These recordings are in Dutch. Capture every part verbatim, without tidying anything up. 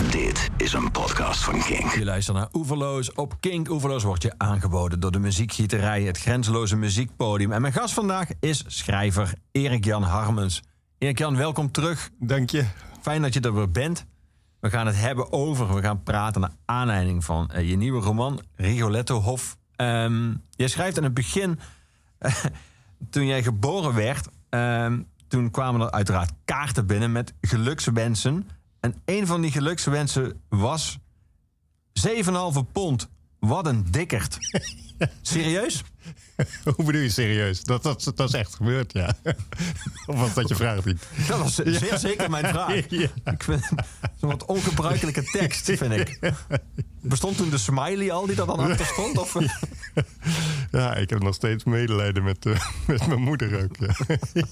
Dit is een podcast van Kink. Je luistert naar Oeverloos op Kink. Oeverloos wordt je aangeboden door de muziekgieterij, het grenzeloze muziekpodium. En mijn gast vandaag is schrijver Erik-Jan Harmens. Erik-Jan, welkom terug. Dank je. Fijn dat je er weer bent. We gaan het hebben over, we gaan praten naar aanleiding van uh, je nieuwe roman, Rigoletto Hof. Um, je schrijft in het begin, uh, toen jij geboren werd, um, toen kwamen er uiteraard kaarten binnen met gelukswensen. En een van die gelukswensen was zeven komma vijf pond. Wat een dikkerd. Serieus? Hoe bedoel je serieus? Dat, dat, dat is echt gebeurd, ja. Of was dat je vraag niet? Dat was zeer ja. zeker mijn vraag. Ja. Ik vind het een wat ongebruikelijke tekst, vind ik. Bestond toen de smiley al die daar dan achter stond? Of? Ja, ik heb nog steeds medelijden met, uh, met mijn moeder ook. Ja.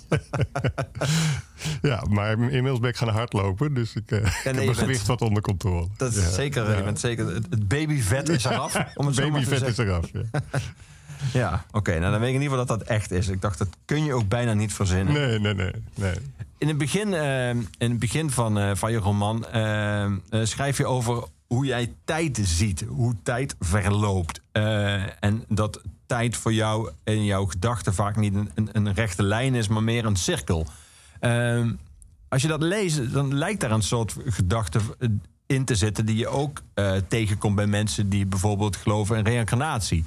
Ja, maar inmiddels ben ik gaan hardlopen. Dus ik, uh, ja, nee, ik heb mijn gewicht bent, wat onder controle. Dat is ja. zeker, ja. Je bent zeker. Het babyvet is eraf. Om het babyvet is eraf, ja. Ja, oké. Okay, nou dan weet ik in ieder geval dat dat echt is. Ik dacht, dat kun je ook bijna niet verzinnen. Nee, nee, nee. nee. In het begin, uh, in het begin van, uh, van je roman uh, uh, schrijf je over hoe jij tijd ziet. Hoe tijd verloopt. Uh, en dat tijd voor jou in jouw gedachten vaak niet een, een, een rechte lijn is, maar meer een cirkel. Uh, als je dat leest, dan lijkt daar een soort gedachte in te zitten die je ook uh, tegenkomt bij mensen die bijvoorbeeld geloven in reïncarnatie.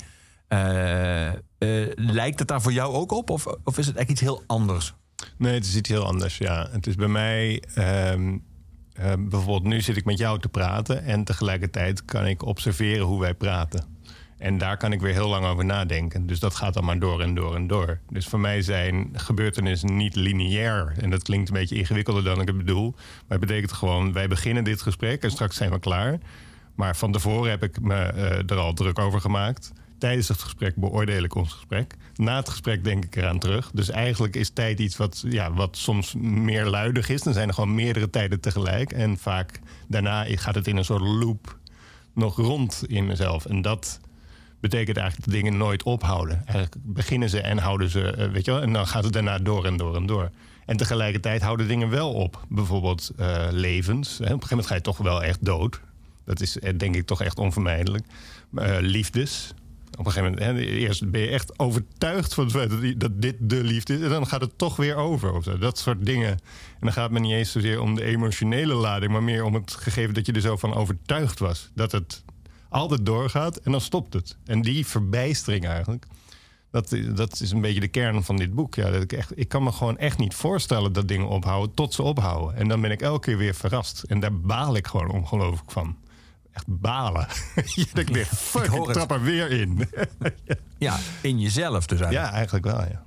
Uh, uh, lijkt het daar voor jou ook op? Of, of is het echt iets heel anders? Nee, het is iets heel anders, ja. Het is bij mij... Um, uh, bijvoorbeeld nu zit ik met jou te praten en tegelijkertijd kan ik observeren hoe wij praten. En daar kan ik weer heel lang over nadenken. Dus dat gaat dan maar door en door en door. Dus voor mij zijn gebeurtenissen niet lineair. En dat klinkt een beetje ingewikkelder dan ik het bedoel. Maar het betekent gewoon, wij beginnen dit gesprek en straks zijn we klaar. Maar van tevoren heb ik me uh, er al druk over gemaakt. Tijdens het gesprek beoordeel ik ons gesprek. Na het gesprek denk ik eraan terug. Dus eigenlijk is tijd iets wat, ja, wat soms meerluidig is. Dan zijn er gewoon meerdere tijden tegelijk. En vaak daarna gaat het in een soort loop nog rond in mezelf. En dat betekent eigenlijk dat dingen nooit ophouden. Eigenlijk beginnen ze en houden ze, weet je wel. En dan gaat het daarna door en door en door. En tegelijkertijd houden dingen wel op. Bijvoorbeeld uh, levens. Hè. Op een gegeven moment ga je toch wel echt dood. Dat is denk ik toch echt onvermijdelijk. Uh, liefdes. Op een gegeven moment, hè, eerst ben je echt overtuigd van het feit dat dit de liefde is. En dan gaat het toch weer over. Of zo. Dat soort dingen. En dan gaat het me niet eens zozeer om de emotionele lading, maar meer om het gegeven dat je er zo van overtuigd was. Dat het altijd doorgaat en dan stopt het. En die verbijstering eigenlijk, dat, dat is een beetje de kern van dit boek. Ja, dat ik, echt, ik kan me gewoon echt niet voorstellen dat dingen ophouden tot ze ophouden. En dan ben ik elke keer weer verrast. En daar baal ik gewoon ongelooflijk van. Echt balen. Je denkt weer, fuck, ik, ik trap er weer in. Ja, in jezelf dus eigenlijk. Ja, eigenlijk wel, ja.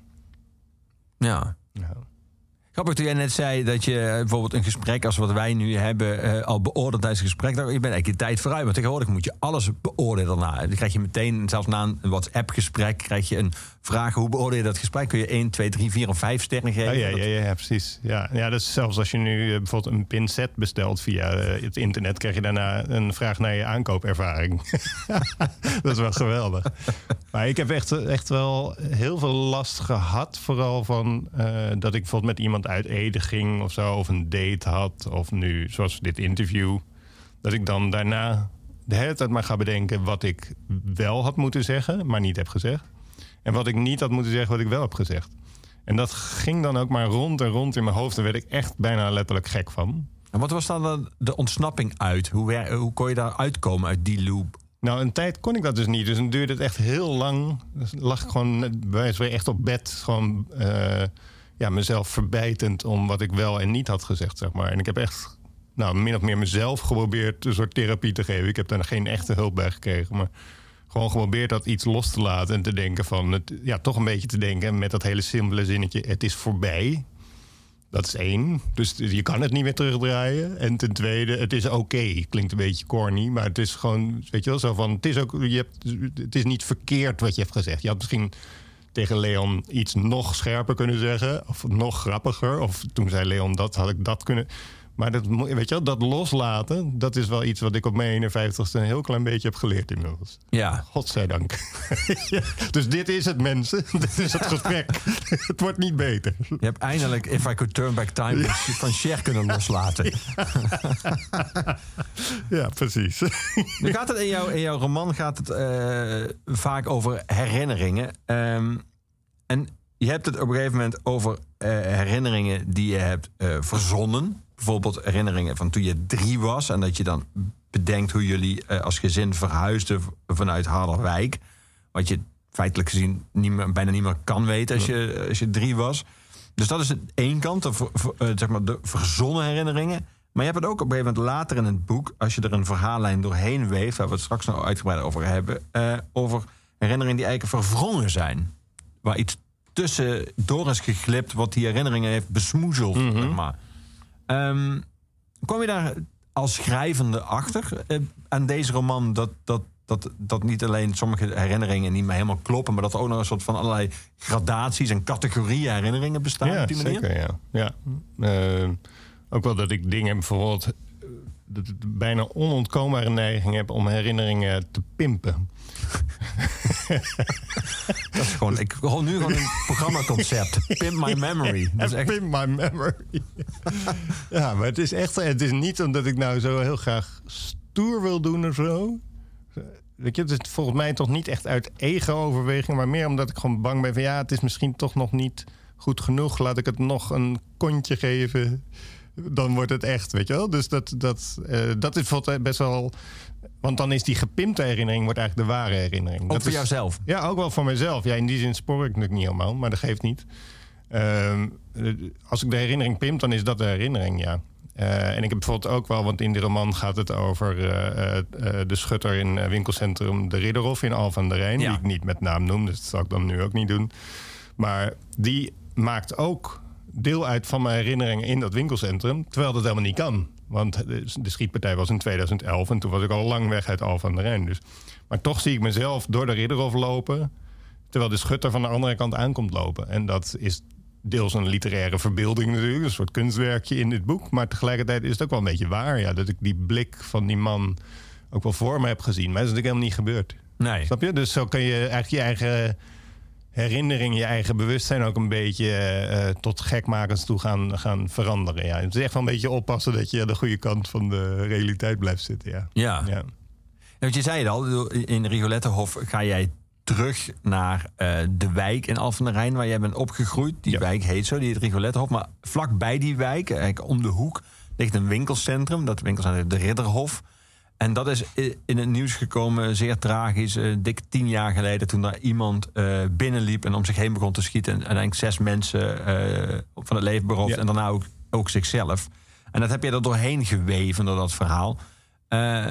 Ja. ja. Grappig toen jij net zei dat je bijvoorbeeld een gesprek als wat wij nu hebben uh, al beoordeeld tijdens het gesprek. Je bent eigenlijk je tijd vooruit. Maar tegenwoordig moet je alles beoordelen daarna. Dan krijg je meteen, zelfs na een WhatsApp-gesprek, krijg je een vraag. Hoe beoordeel je dat gesprek? Kun je één, twee, drie, vier of vijf sterren geven? Ja, ja, ja, ja, ja precies. Ja, ja, dus zelfs als je nu uh, bijvoorbeeld een pincet bestelt via uh, het internet, krijg je daarna een vraag naar je aankoopervaring. Dat is wel geweldig. Maar ik heb echt, echt wel heel veel last gehad. Vooral van uh, dat ik bijvoorbeeld met iemand uit eten ging of zo, of een date had, of nu, zoals dit interview, dat ik dan daarna de hele tijd maar ga bedenken wat ik wel had moeten zeggen, maar niet heb gezegd. En wat ik niet had moeten zeggen, wat ik wel heb gezegd. En dat ging dan ook maar rond en rond in mijn hoofd. Daar werd ik echt bijna letterlijk gek van. En wat was dan de ontsnapping uit? Hoe, hoe kon je daar uitkomen uit die loop? Nou, een tijd kon ik dat dus niet. Dus dan duurde het echt heel lang. Dus lag ik gewoon bij wijze van echt op bed. Gewoon uh, ja, mezelf verbijtend om wat ik wel en niet had gezegd, zeg maar. En ik heb echt nou, min of meer mezelf geprobeerd een soort therapie te geven. Ik heb daar geen echte hulp bij gekregen. Maar gewoon geprobeerd dat iets los te laten en te denken van het, ja, toch een beetje te denken met dat hele simpele zinnetje: het is voorbij. Dat is één. Dus je kan het niet meer terugdraaien. En ten tweede, het is oké. Okay. Klinkt een beetje corny, maar het is gewoon, weet je wel, zo van, het is ook, je hebt, het is niet verkeerd wat je hebt gezegd. Je had misschien tegen Leon iets nog scherper kunnen zeggen, of nog grappiger. Of toen zei Leon dat, had ik dat kunnen. Maar dat, weet je wel, dat loslaten, dat is wel iets wat ik op mijn eenenvijftigste een heel klein beetje heb geleerd inmiddels. Ja. Godzijdank. Ja, dus dit is het, mensen. Dit is het gesprek. Het wordt niet beter. Je hebt eindelijk If I Could Turn Back Time ja. van Cher kunnen loslaten. Ja, ja precies. Nu gaat het in, jouw, in jouw roman gaat het uh, vaak over herinneringen. Um, en je hebt het op een gegeven moment over uh, herinneringen die je hebt uh, verzonnen. Bijvoorbeeld herinneringen van toen je drie was. En dat je dan bedenkt hoe jullie uh, als gezin verhuisden vanuit Harderwijk. Wat je feitelijk gezien niet meer, bijna niet meer kan weten als je, als je drie was. Dus dat is het één kant, de, uh, zeg maar de verzonnen herinneringen. Maar je hebt het ook op een gegeven moment later in het boek, als je er een verhaallijn doorheen weeft, waar we het straks nog uitgebreid over hebben, uh, over herinneringen die eigenlijk verwrongen zijn. Waar iets tussen door is geglipt wat die herinneringen heeft besmoezeld. Mm-hmm. Zeg maar. Um, kwam je daar als schrijvende achter uh, aan deze roman dat, dat, dat, dat niet alleen sommige herinneringen niet meer helemaal kloppen, maar dat er ook nog een soort van allerlei gradaties en categorieën herinneringen bestaan ja, op die manier? Zeker, ja, ja. Uh, ook wel dat ik dingen bijvoorbeeld dat ik bijna onontkoombare neiging heb om herinneringen te pimpen. Dat is gewoon, ik hoor nu gewoon een programmaconcept. Pimp my memory. Dat is echt... Pimp my memory. Ja, maar het is echt, het is niet omdat ik nou zo heel graag stoer wil doen of zo. Weet je, het is volgens mij toch niet echt uit ego-overweging, maar meer omdat ik gewoon bang ben van ja, het is misschien toch nog niet goed genoeg. Laat ik het nog een kontje geven. Dan wordt het echt, weet je wel. Dus dat, dat, uh, dat is best wel... Want dan is die gepimpte herinnering wordt eigenlijk de ware herinnering. Ook dat voor is, jouzelf? Ja, ook wel voor mezelf. Ja, in die zin spoor ik natuurlijk niet helemaal, maar dat geeft niet. Uh, als ik de herinnering pimp, dan is dat de herinnering, ja. Uh, en ik heb bijvoorbeeld ook wel, want in de roman gaat het over uh, uh, de schutter in uh, winkelcentrum De Ridderhof in Alphen aan de Rijn. Ja. Die ik niet met naam noem, dus dat zal ik dan nu ook niet doen. Maar die maakt ook deel uit van mijn herinneringen in dat winkelcentrum, terwijl dat helemaal niet kan. Want de schietpartij was in tweeduizend elf en toen was ik al lang weg uit Alphen aan de Rijn. Dus. Maar toch zie ik mezelf door de Ridderhof lopen, terwijl de schutter van de andere kant aankomt lopen. En dat is deels een literaire verbeelding natuurlijk, een soort kunstwerkje in dit boek. Maar tegelijkertijd is het ook wel een beetje waar, ja, dat ik die blik van die man ook wel voor me heb gezien. Maar dat is natuurlijk helemaal niet gebeurd. Nee. Snap je? Dus zo kan je eigenlijk je eigen herinnering, je eigen bewustzijn ook een beetje uh, tot gekmakens toe gaan, gaan veranderen. Ja. Het is echt wel een beetje oppassen dat je aan de goede kant van de realiteit blijft zitten. Ja. Ja. ja. ja want je zei het al, in Rigolettenhof ga jij terug naar uh, de wijk in Alphen aan de Rijn waar jij bent opgegroeid. Die ja. wijk heet zo, die heet Rigolettenhof. Maar vlakbij die wijk, eigenlijk om de hoek, ligt een winkelcentrum. Dat winkelcentrum De Ridderhof. En dat is in het nieuws gekomen, zeer tragisch, uh, dik tien jaar geleden, toen daar iemand uh, binnenliep en om zich heen begon te schieten. En uiteindelijk zes mensen uh, van het leven beroofd ja. en daarna ook, ook zichzelf. En dat heb je er doorheen geweven door dat verhaal. Uh,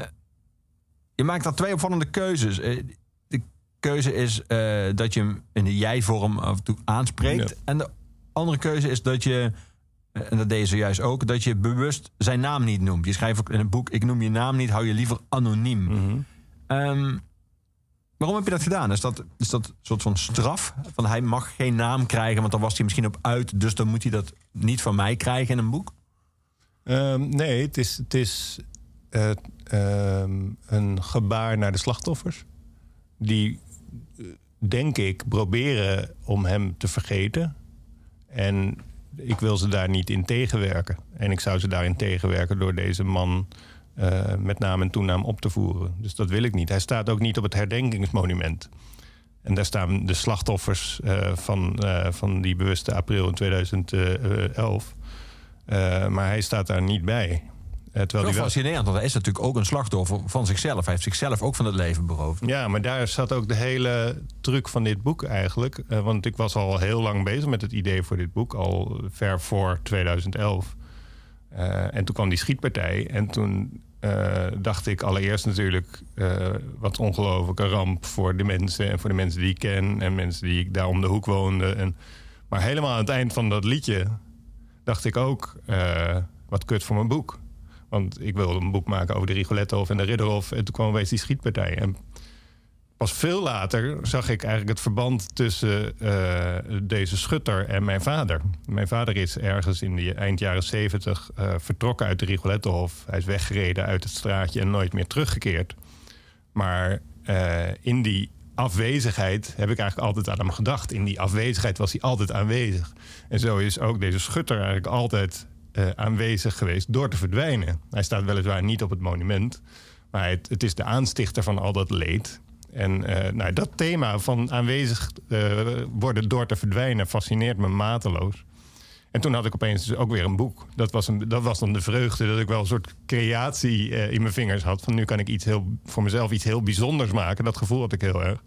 je maakt daar twee opvallende keuzes. Uh, de keuze is uh, dat je hem in de jij-vorm af en toe aanspreekt. Ja. En de andere keuze is dat je, en dat deed je zojuist ook, dat je bewust zijn naam niet noemt. Je schrijft ook in het boek, ik noem je naam niet, hou je liever anoniem. Mm-hmm. Um, waarom heb je dat gedaan? Is dat, is dat een soort van straf? Van hij mag geen naam krijgen, want dan was hij misschien op uit, dus dan moet hij dat niet van mij krijgen in een boek? Um, nee, het is, het is uh, um, een gebaar naar de slachtoffers. Die, denk ik, proberen om hem te vergeten. En ik wil ze daar niet in tegenwerken. En ik zou ze daarin tegenwerken door deze man uh, met naam en toenaam op te voeren. Dus dat wil ik niet. Hij staat ook niet op het herdenkingsmonument. En daar staan de slachtoffers uh, van, uh, van die bewuste april in tweeduizend elf. Uh, maar hij staat daar niet bij. Uh, Wel fascinerend, want hij is natuurlijk ook een slachtoffer van zichzelf. Hij heeft zichzelf ook van het leven beroofd. Ja, maar daar zat ook de hele truc van dit boek eigenlijk. Uh, want ik was al heel lang bezig met het idee voor dit boek. Al ver voor tweeduizend elf. Uh, en toen kwam die schietpartij. En toen uh, dacht ik allereerst natuurlijk, Uh, wat ongelofelijke ramp voor de mensen. En voor de mensen die ik ken. En mensen die daar om de hoek woonden. En, maar helemaal aan het eind van dat liedje dacht ik ook, Uh, wat kut voor mijn boek. Want ik wilde een boek maken over de Rigolettenhof en de Ridderhof. En toen kwam opeens die schietpartij. En pas veel later zag ik eigenlijk het verband tussen uh, deze schutter en mijn vader. Mijn vader is ergens in de eind jaren zeventig uh, vertrokken uit de Rigolettenhof. Hij is weggereden uit het straatje en nooit meer teruggekeerd. Maar uh, in die afwezigheid heb ik eigenlijk altijd aan hem gedacht. In die afwezigheid was hij altijd aanwezig. En zo is ook deze schutter eigenlijk altijd uh, aanwezig geweest door te verdwijnen. Hij staat weliswaar niet op het monument, maar het, het is de aanstichter van al dat leed. En uh, nou, dat thema van aanwezig uh, worden door te verdwijnen fascineert me mateloos. En toen had ik opeens dus ook weer een boek. Dat was, een, dat was dan de vreugde dat ik wel een soort creatie uh, in mijn vingers had. Van nu kan ik iets heel, voor mezelf iets heel bijzonders maken. Dat gevoel had ik heel erg.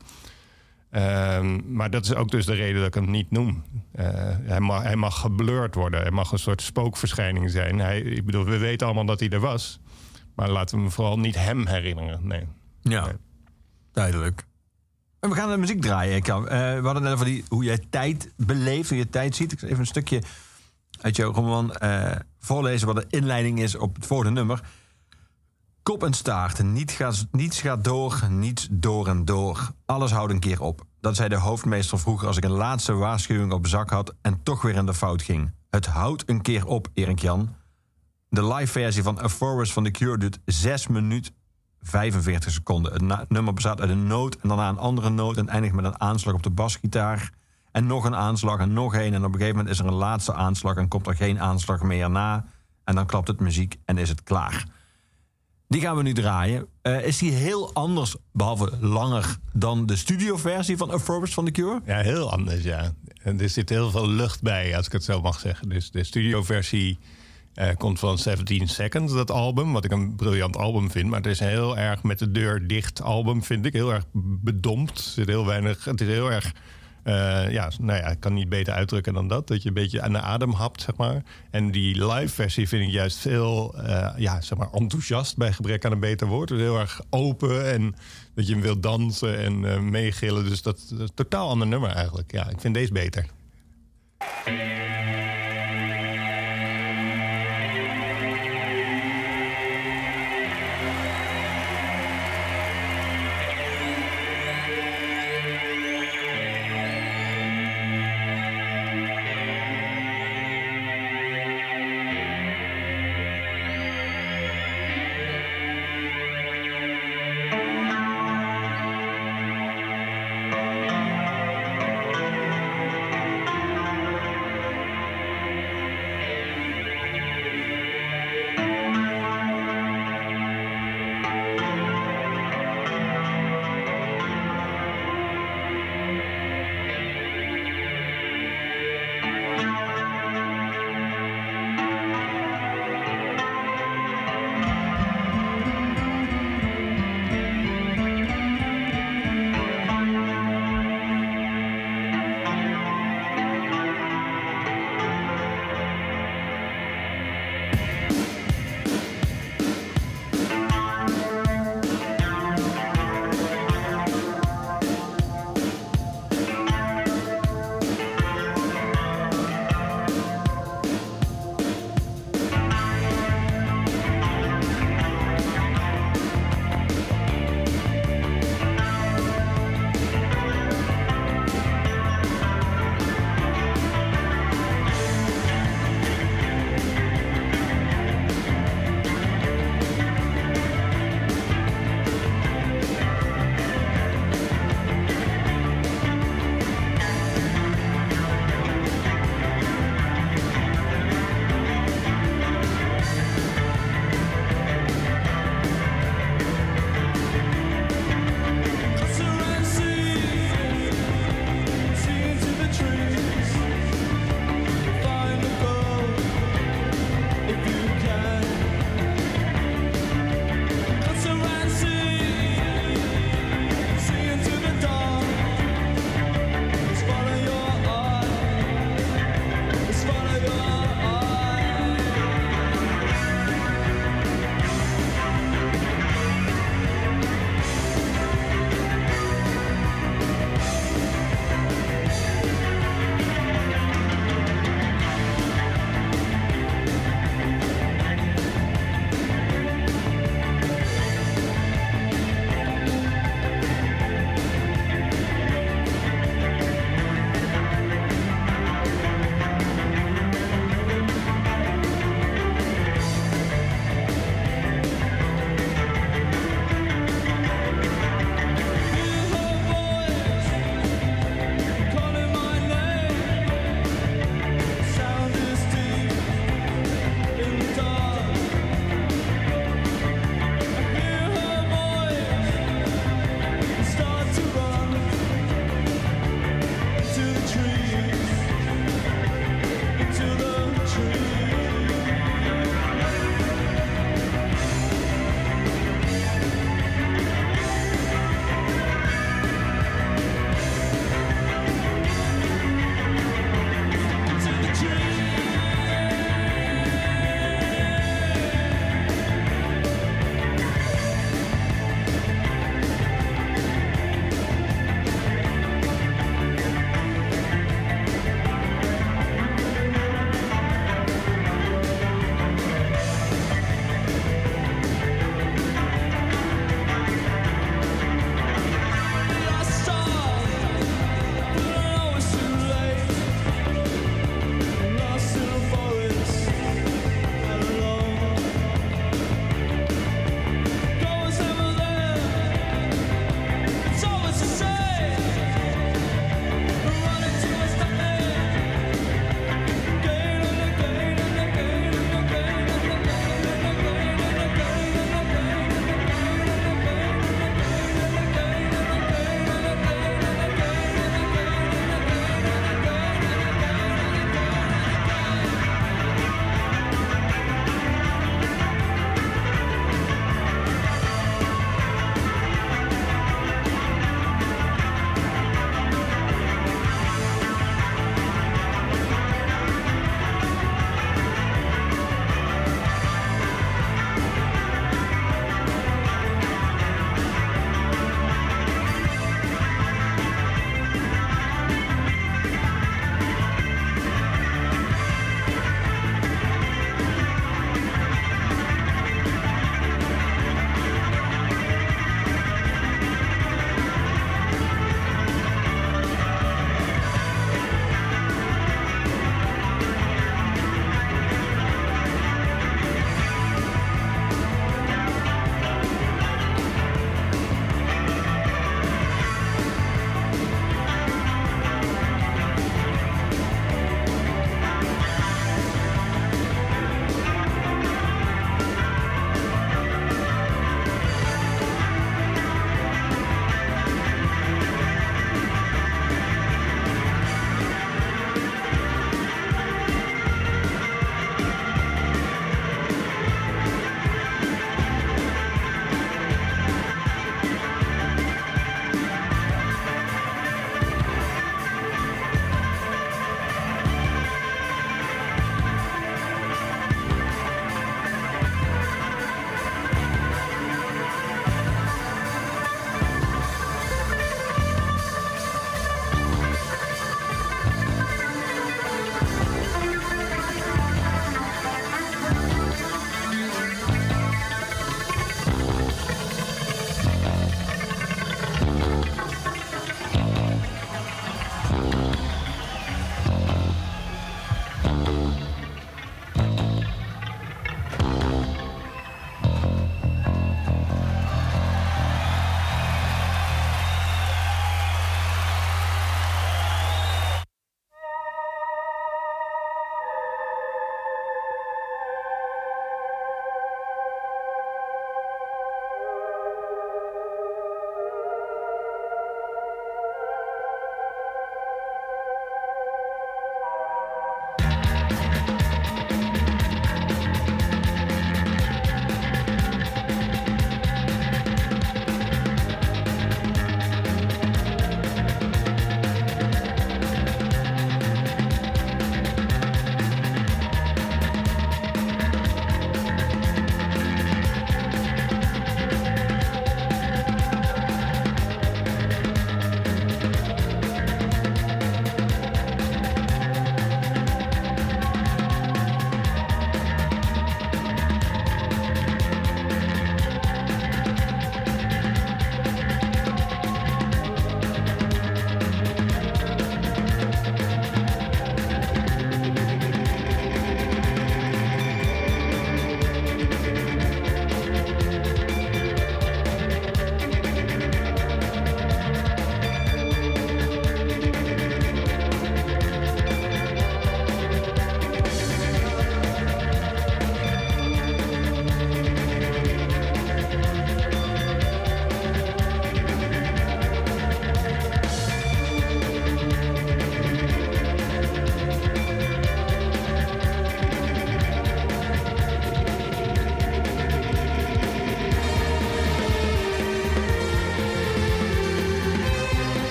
Um, maar dat is ook dus de reden dat ik hem niet noem. Uh, hij, mag, hij mag geblurred worden. Hij mag een soort spookverschijning zijn. Hij, ik bedoel, we weten allemaal dat hij er was. Maar laten we me vooral niet hem herinneren. Nee. Ja, nee. Duidelijk. En we gaan de muziek draaien. Ik, uh, we hadden net over die, hoe jij tijd beleeft, hoe je tijd ziet. Ik zal even een stukje uit jouw roman uh, voorlezen wat de inleiding is op het volgende nummer. Kop en staart, niet gaat, niets gaat door, niets door en door. Alles houdt een keer op. Dat zei de hoofdmeester vroeger als ik een laatste waarschuwing op zak had en toch weer in de fout ging. Het houdt een keer op, Erik Jan. De live versie van A Forest van The Cure duurt zes minuten vijfenveertig seconden. Het na- nummer bestaat uit een noot en daarna een andere noot en eindigt met een aanslag op de basgitaar. En nog een aanslag en nog één. En op een gegeven moment is er een laatste aanslag en komt er geen aanslag meer na. En dan klapt het muziek en is het klaar. Die gaan we nu draaien. Uh, is die heel anders, behalve langer, dan de studioversie van A Forest van The Cure? Ja, heel anders, ja. En er zit heel veel lucht bij, als ik het zo mag zeggen. Dus de studioversie uh, komt van zeventien Seconds, dat album. Wat ik een briljant album vind. Maar het is een heel erg met de deur dicht album, vind ik. Heel erg bedompt. Er zit heel weinig, het is heel erg... Uh, ja, nou ja, ik kan niet beter uitdrukken dan dat. Dat je een beetje aan de adem hapt, zeg maar. En die live versie vind ik juist veel uh, ja, zeg maar enthousiast, bij gebrek aan een beter woord. Dus heel erg open en dat je hem wilt dansen en uh, meegillen. Dus dat is een totaal ander nummer eigenlijk. Ja, ik vind deze beter.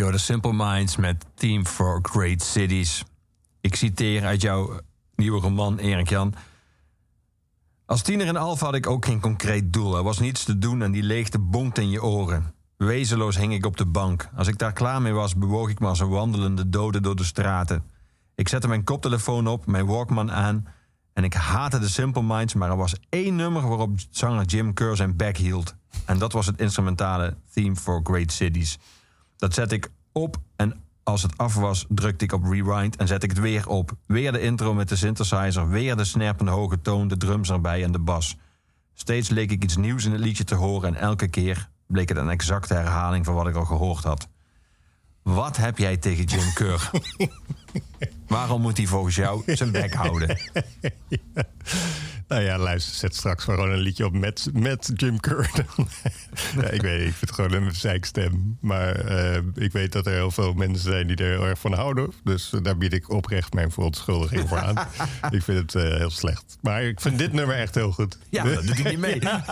Yo, The Simple Minds met Theme for Great Cities. Ik citeer uit jouw nieuwe roman, Erik-Jan. Als tiener in Alphen had ik ook geen concreet doel. Er was niets te doen en die leegte bonkte in je oren. Wezenloos hing ik op de bank. Als ik daar klaar mee was, bewoog ik me als een wandelende dode door de straten. Ik zette mijn koptelefoon op, mijn Walkman aan... en ik haatte de Simple Minds, maar er was één nummer... waarop zanger Jim Kerr zijn bek hield. En dat was het instrumentale Theme for Great Cities. Dat zette ik op en als het af was, drukte ik op rewind... en zette ik het weer op. Weer de intro met de synthesizer, weer de snerpende hoge toon... de drums erbij en de bas. Steeds leek ik iets nieuws in het liedje te horen... en elke keer bleek het een exacte herhaling van wat ik al gehoord had. Wat heb jij tegen Jim Kerr? Waarom moet hij volgens jou zijn bek houden? Ja. Nou ja, luister, zet straks gewoon een liedje op met, met Jim Kerr. Ja, ik weet, ik vind het gewoon een zeikstem. Maar uh, ik weet dat er heel veel mensen zijn die er heel erg van houden. Dus uh, daar bied ik oprecht mijn verontschuldiging voor aan. Ik vind het uh, heel slecht. Maar ik vind dit nummer echt heel goed. Ja, dat doet hij niet mee. Ja.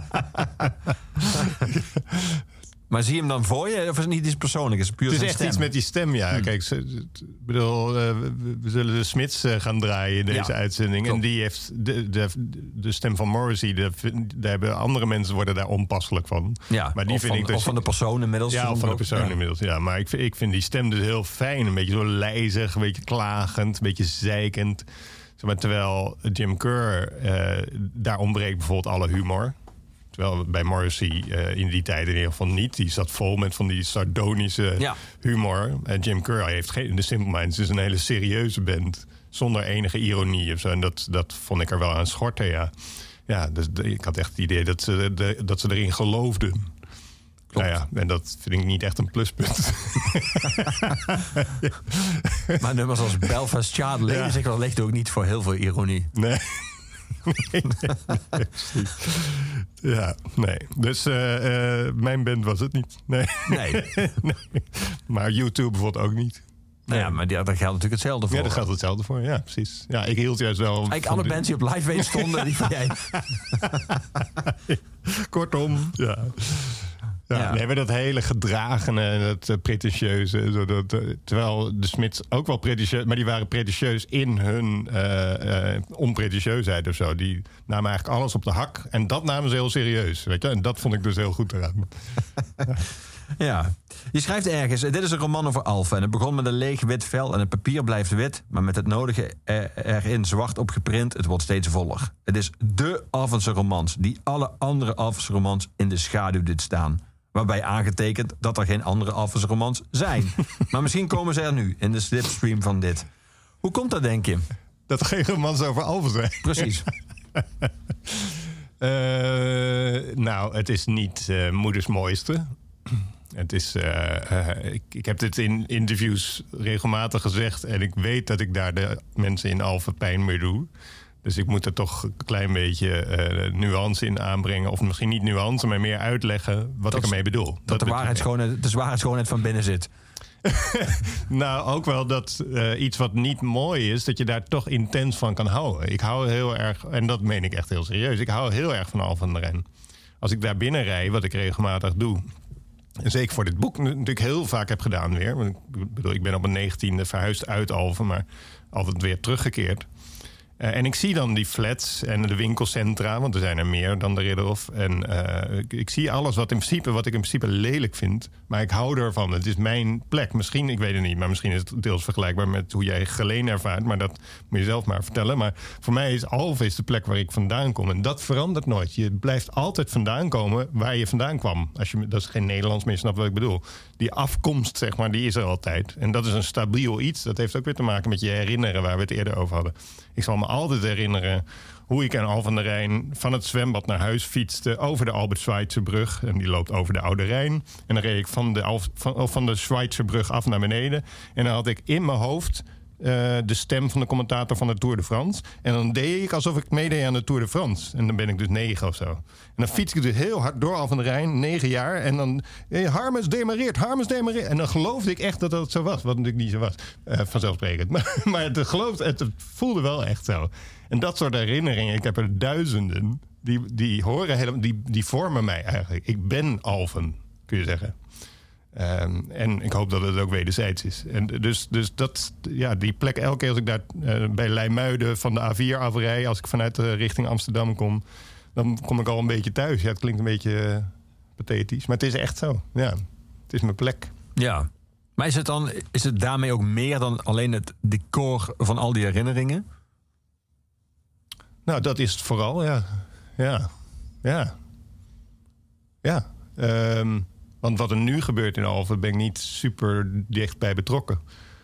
Maar zie je hem dan voor je? Of is het niet iets persoonlijks? Het is, puur het is echt stem. iets met die stem, ja. Hmm. Kijk, ik bedoel, uh, we, we zullen de Smiths uh, gaan draaien in deze ja, uitzending. Klopt. En die heeft de, de, de stem van Morrissey. De, daar hebben andere mensen worden daar onpasselijk van. Ja, maar die of, vind van, ik dus, of van de persoon inmiddels. Ja, of van de persoon ja. inmiddels. Ja, maar ik, ik vind die stem dus heel fijn. Een beetje zo lijzig, een beetje klagend, een beetje zeikend. Maar terwijl Jim Kerr, uh, daar ontbreekt bijvoorbeeld alle humor. Terwijl bij Morrissey uh, in die tijd in ieder geval niet. Die zat vol met van die sardonische ja. humor. En Jim Kerr heeft geen... The Simple Minds is een hele serieuze band. Zonder enige ironie of zo. En dat, dat vond ik er wel aan schorten, ja. Ja, dus de, ik had echt het idee dat ze, de, dat ze erin geloofden. Nou ja, en dat vind ik niet echt een pluspunt. Maar nummers als Belfast Child leven zich wel ligt ook niet voor heel veel ironie. Nee. Nee, nee, nee, ja, nee. Dus uh, uh, mijn band was het niet. Nee. Nee. Nee. Maar YouTube bijvoorbeeld ook niet. Nou ja, maar daar geldt natuurlijk hetzelfde voor. Ja, daar geldt hetzelfde voor. Ja, precies. Ja, ik hield juist wel... Eigenlijk alle de... bands die op Live Aid stonden, die van jij. Kortom, ja. Ja, ja. Nee, maar dat hele gedragene en dat uh, pretentieuze. Zo dat, uh, terwijl de Smiths ook wel pretentieus... maar die waren pretentieus in hun uh, uh, onpretentieusheid of zo. Die namen eigenlijk alles op de hak. En dat namen ze heel serieus. Weet je? En dat vond ik dus heel goed eraan. Ja. Ja, je schrijft ergens... Dit is een roman over Alphen. En het begon met een leeg wit vel en het papier blijft wit... maar met het nodige erin zwart op geprint. Het wordt steeds voller. Het is dé Alphense romans... die alle andere Alphense romans in de schaduw dit staan. Waarbij aangetekend dat er geen andere Alphense romans zijn. Maar misschien komen ze er nu in de slipstream van dit. Hoe komt dat, denk je? Dat er geen romans over Alphen zijn? Precies. uh, nou, het is niet uh, moeders mooiste... Het is, uh, uh, ik, ik heb dit in interviews regelmatig gezegd... en ik weet dat ik daar de mensen in Alphen pijn mee doe. Dus ik moet er toch een klein beetje uh, nuance in aanbrengen. Of misschien niet nuance, maar meer uitleggen wat dat ik ermee bedoel. Dat, dat de, waarheidsgewoonheid, de waarheidsgewoonheid van binnen zit. Nou, ook wel dat uh, iets wat niet mooi is... dat je daar toch intens van kan houden. Ik hou heel erg, en dat meen ik echt heel serieus... ik hou heel erg van Alphen aan de Rijn. Als ik daar binnen rij, wat ik regelmatig doe... En zeker voor dit boek natuurlijk heel vaak heb gedaan weer. Want ik bedoel, ik ben op mijn negentiende verhuisd uit Alphen, maar altijd weer teruggekeerd. Uh, en ik zie dan die flats en de winkelcentra, want er zijn er meer dan de Ridderhof. En uh, ik, ik zie alles wat, in principe, wat ik in principe lelijk vind, maar ik hou ervan. Het is mijn plek. Misschien, ik weet het niet, maar misschien is het deels vergelijkbaar met hoe jij Geleen ervaart. Maar dat moet je zelf maar vertellen. Maar voor mij is Alphen is de plek waar ik vandaan kom. En dat verandert nooit. Je blijft altijd vandaan komen waar je vandaan kwam. Als je, dat is geen Nederlands, maar je snapt wat ik bedoel. Die afkomst, zeg maar, die is er altijd. En dat is een stabiel iets. Dat heeft ook weer te maken met je herinneren waar we het eerder over hadden. Ik zal me altijd herinneren hoe ik en Alphen aan de Rijn van het zwembad naar huis fietste over de Albert-Schweitzer-brug. En die loopt over de Oude Rijn. En dan reed ik van de, Alf, van, van de Schweitzer-brug af naar beneden. En dan had ik in mijn hoofd uh, de stem van de commentator van de Tour de France. En dan deed ik alsof ik meedeed aan de Tour de France. En dan ben ik dus negen of zo. En dan fiets ik dus heel hard door Alphen aan de Rijn, negen jaar. En dan, hey, Harmes demareert, Harmes demareert. En dan geloofde ik echt dat dat zo was. Wat natuurlijk niet zo was, uh, vanzelfsprekend. Maar, maar het, geloofde, het voelde wel echt zo. En dat soort herinneringen, ik heb er duizenden, die, die horen helemaal, die, die vormen mij eigenlijk. Ik ben Alphen, kun je zeggen. Um, en ik hoop dat het ook wederzijds is. En dus, dus dat, ja, die plek, elke keer als ik daar uh, bij Leimuiden van de A vier afrij, als ik vanuit de richting Amsterdam kom, dan kom ik al een beetje thuis. Ja, het klinkt een beetje uh, pathetisch, maar het is echt zo. Ja, het is mijn plek. Ja, maar is het dan is het daarmee ook meer dan alleen het decor van al die herinneringen? Nou, dat is het vooral, ja. Ja, ja. Ja. Um, want wat er nu gebeurt in Alphen ben ik niet super dichtbij betrokken.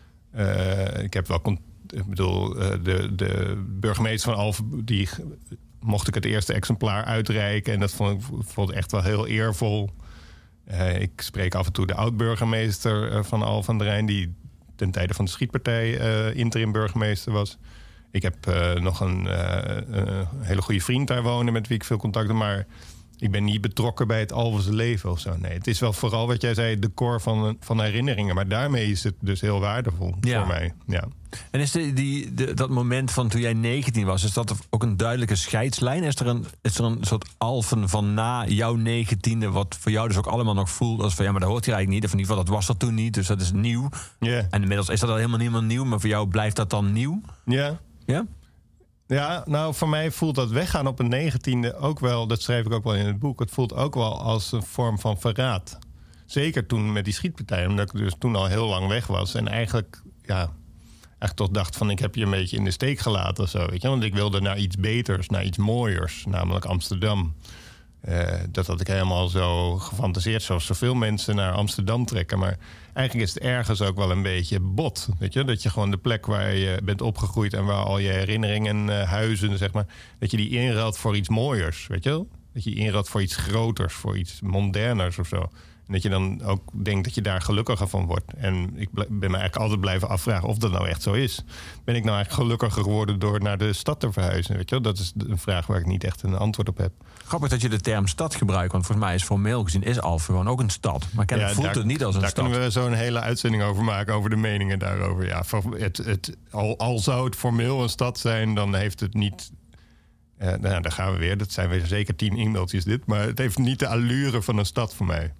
Uh, ik heb wel... Cont- ik bedoel, uh, de, de burgemeester van Alphen, die mocht ik het eerste exemplaar uitreiken. En dat vond ik, vond ik echt wel heel eervol. Uh, ik spreek af en toe de oud-burgemeester van Alphen aan de Rijn, die ten tijde van de schietpartij uh, interim burgemeester was. Ik heb uh, nog een uh, uh, hele goede vriend daar wonen met wie ik veel contact heb. Maar ik ben niet betrokken bij het Alphense leven of zo. Nee, het is wel vooral wat jij zei, de core van, van herinneringen. Maar daarmee is het dus heel waardevol ja. voor mij. Ja. En is de, die, de, dat moment van toen jij negentien was, is dat ook een duidelijke scheidslijn? Is er een, is er een soort Alphen van na jouw negentiende, wat voor jou dus ook allemaal nog voelt als van ja, maar dat hoort hier eigenlijk niet. Of in ieder geval, dat was er toen niet, dus dat is nieuw. Yeah. En inmiddels is dat al helemaal niet meer nieuw, maar voor jou blijft dat dan nieuw? Ja. Ja? Ja, nou, voor mij voelt dat weggaan op een negentiende ook wel, dat schrijf ik ook wel in het boek, het voelt ook wel als een vorm van verraad. Zeker toen met die schietpartij, omdat ik dus toen al heel lang weg was. En eigenlijk, ja, echt toch dacht van ik heb je een beetje in de steek gelaten of zo. Weet je? Want ik wilde naar iets beters, naar iets mooiers, namelijk Amsterdam. Uh, dat had ik helemaal zo gefantaseerd, zoals zoveel mensen naar Amsterdam trekken. Maar eigenlijk is het ergens ook wel een beetje bot. Weet je? Dat je gewoon de plek waar je bent opgegroeid en waar al je herinneringen uh, huizen, zeg maar, dat je die inruilt voor iets mooiers. Weet je wel? Dat je inruilt voor iets groters, voor iets moderners of zo. En dat je dan ook denkt dat je daar gelukkiger van wordt. En ik ben me eigenlijk altijd blijven afvragen of dat nou echt zo is. Ben ik nou eigenlijk gelukkiger geworden door naar de stad te verhuizen? Weet je wel? Dat is een vraag waar ik niet echt een antwoord op heb. Grappig dat je de term stad gebruikt. Want volgens mij is formeel gezien is Alphen gewoon ook een stad. Maar ken, ja, voelt daar, het niet als een daar stad. Daar kunnen we zo'n hele uitzending over maken. Over de meningen daarover. Ja, het, het, al, al zou het formeel een stad zijn, dan heeft het niet... Uh, nou, daar gaan we weer. Dat zijn weer zeker tien e-mailtjes dit. Maar het heeft niet de allure van een stad voor mij.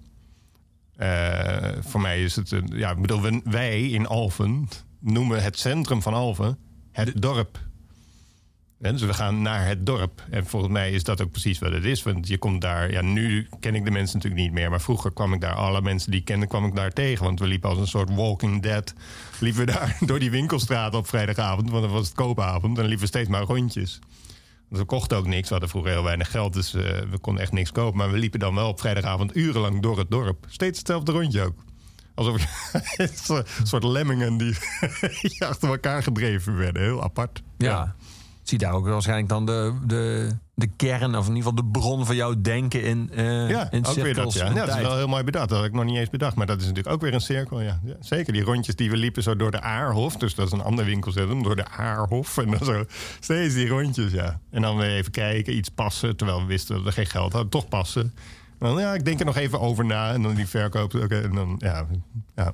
Uh, voor mij is het... Een, ja, ik bedoel, wij in Alphen noemen het centrum van Alphen het dorp. En dus we gaan naar het dorp. En volgens mij is dat ook precies wat het is. Want je komt daar... Ja, nu ken ik de mensen natuurlijk niet meer. Maar vroeger kwam ik daar... Alle mensen die ik kende, kwam ik daar tegen. Want we liepen als een soort Walking Dead. Liepen we daar door die winkelstraat op vrijdagavond. Want dan was het koopavond. En dan liepen we steeds maar rondjes. Want we kochten ook niks. We hadden vroeger heel weinig geld. Dus uh, we konden echt niks kopen. Maar we liepen dan wel op vrijdagavond urenlang door het dorp. Steeds hetzelfde rondje ook. Alsof een soort lemmingen die achter elkaar gedreven werden. Heel apart. Ja. ja. Zie daar ook waarschijnlijk dan de, de, de kern, of in ieder geval de bron van jouw denken in, uh, ja, in ook cirkels. Weer dat, ja. Ja, dat is wel heel mooi bedacht. Dat had ik nog niet eens bedacht. Maar dat is natuurlijk ook weer een cirkel. Ja. Ja, zeker die rondjes die we liepen zo door de Aarhof. Dus dat is een ander winkelcentrum. Door de Aarhof. En dan zo steeds die rondjes, ja. En dan weer even kijken, iets passen. Terwijl we wisten dat we geen geld hadden. Toch passen. Dan, ja, ik denk er nog even over na. En dan die verkoop. Okay, en dan, ja, ja.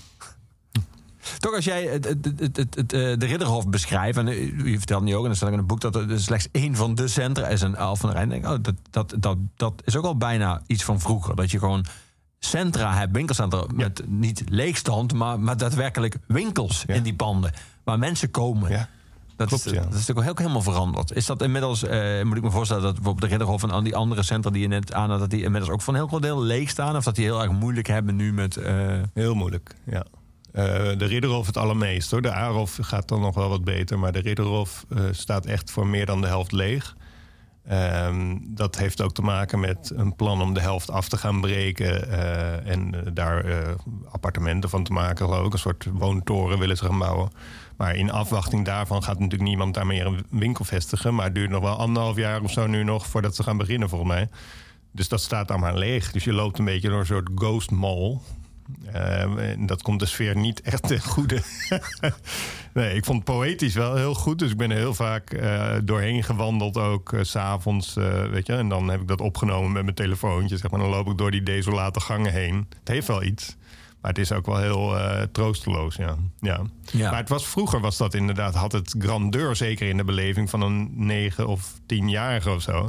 Toch als jij het, het, het, het, het, de Ridderhof beschrijft, en je vertelt nu ook, en dan staat ook in het boek dat er slechts één van de centra is een Alphen aan de Rijn. Denk, oh, dat, dat, dat, dat is ook al bijna iets van vroeger. Dat je gewoon centra hebt, winkelcentra, ja. met niet leegstand, maar, maar daadwerkelijk winkels ja. in die panden. Waar mensen komen. Ja. Dat, Klopt, is, ja. dat is natuurlijk ook helemaal veranderd. Is dat inmiddels, uh, moet ik me voorstellen, dat bijvoorbeeld de Ridderhof en al die andere centra die je net aanhaalt, dat die inmiddels ook van een heel groot deel leeg staan? Of dat die heel erg moeilijk hebben nu met... Uh... Heel moeilijk, ja. Uh, de Ridderhof het allermeest, hoor. De Aarhof gaat dan nog wel wat beter. Maar de Ridderhof uh, staat echt voor meer dan de helft leeg. Um, dat heeft ook te maken met een plan om de helft af te gaan breken. Uh, en uh, daar uh, appartementen van te maken, geloof ik. Een soort woontoren willen ze gaan bouwen. Maar in afwachting daarvan gaat natuurlijk niemand daar meer een winkel vestigen. Maar het duurt nog wel anderhalf jaar of zo nu nog voordat ze gaan beginnen, volgens mij. Dus dat staat allemaal leeg. Dus je loopt een beetje door een soort ghost mall. Uh, en dat komt de sfeer niet echt ten goede. Nee, ik vond het poëtisch wel heel goed. Dus ik ben er heel vaak uh, doorheen gewandeld ook. Uh, 's avonds, uh, weet je. En dan heb ik dat opgenomen met mijn telefoontje. Zeg maar. Dan loop ik door die desolate gangen heen. Het heeft wel iets. Maar het is ook wel heel uh, troosteloos, ja. Ja. ja. Maar het was, vroeger was dat inderdaad... had het grandeur, zeker in de beleving van een negen of tienjarige of zo...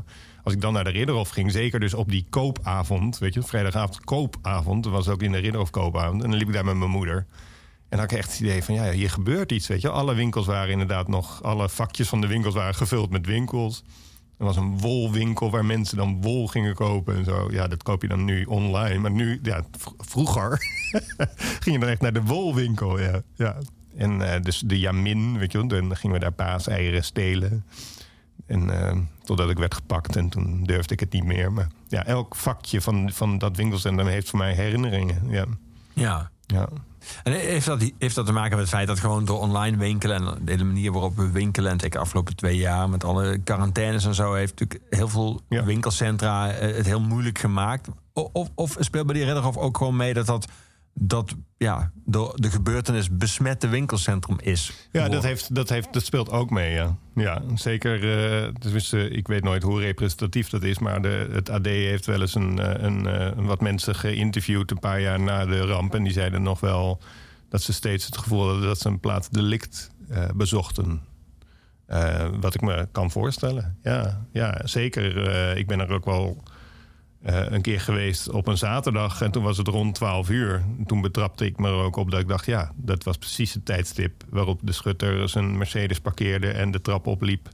als ik dan naar de Ridderhof ging, zeker dus op die koopavond, weet je, vrijdagavond koopavond, dat was ook in de Ridderhof koopavond, en dan liep ik daar met mijn moeder. En dan had ik echt het idee van, ja, hier gebeurt iets, weet je. Alle winkels waren inderdaad nog, alle vakjes van de winkels waren gevuld met winkels. Er was een wolwinkel waar mensen dan wol gingen kopen en zo. Ja, dat koop je dan nu online. Maar nu, ja, v- vroeger ging je dan echt naar de wolwinkel, ja. ja. En uh, dus de Jamin, weet je wel, dan gingen we daar paaseieren stelen. En uh, totdat ik werd gepakt en toen durfde ik het niet meer. Maar ja, elk vakje van, van dat winkelcentrum heeft voor mij herinneringen, ja. Ja. Ja. En heeft dat, heeft dat te maken met het feit dat gewoon door online winkelen en de hele manier waarop we winkelen, en zeker de afgelopen twee jaar met alle quarantaines en zo, heeft natuurlijk heel veel ja. winkelcentra het heel moeilijk gemaakt. Of, of speelt bij die Ridderhof ook gewoon mee dat dat, dat ja, door de gebeurtenis besmette winkelcentrum is? Ja, dat, heeft, dat, heeft, dat speelt ook mee, ja. Ja, zeker. Uh, dus, uh, ik weet nooit hoe representatief dat is, maar de, het A D heeft wel eens een, een, een, wat mensen geïnterviewd een paar jaar na de ramp. En die zeiden nog wel dat ze steeds het gevoel hadden dat ze een plaatsdelict uh, bezochten. Uh, wat ik me kan voorstellen. Ja, ja zeker. Uh, ik ben er ook wel Uh, een keer geweest op een zaterdag en toen was het rond twaalf uur. Toen betrapte ik me er ook op dat ik dacht, ja, dat was precies het tijdstip waarop de schutter zijn Mercedes parkeerde en de trap opliep.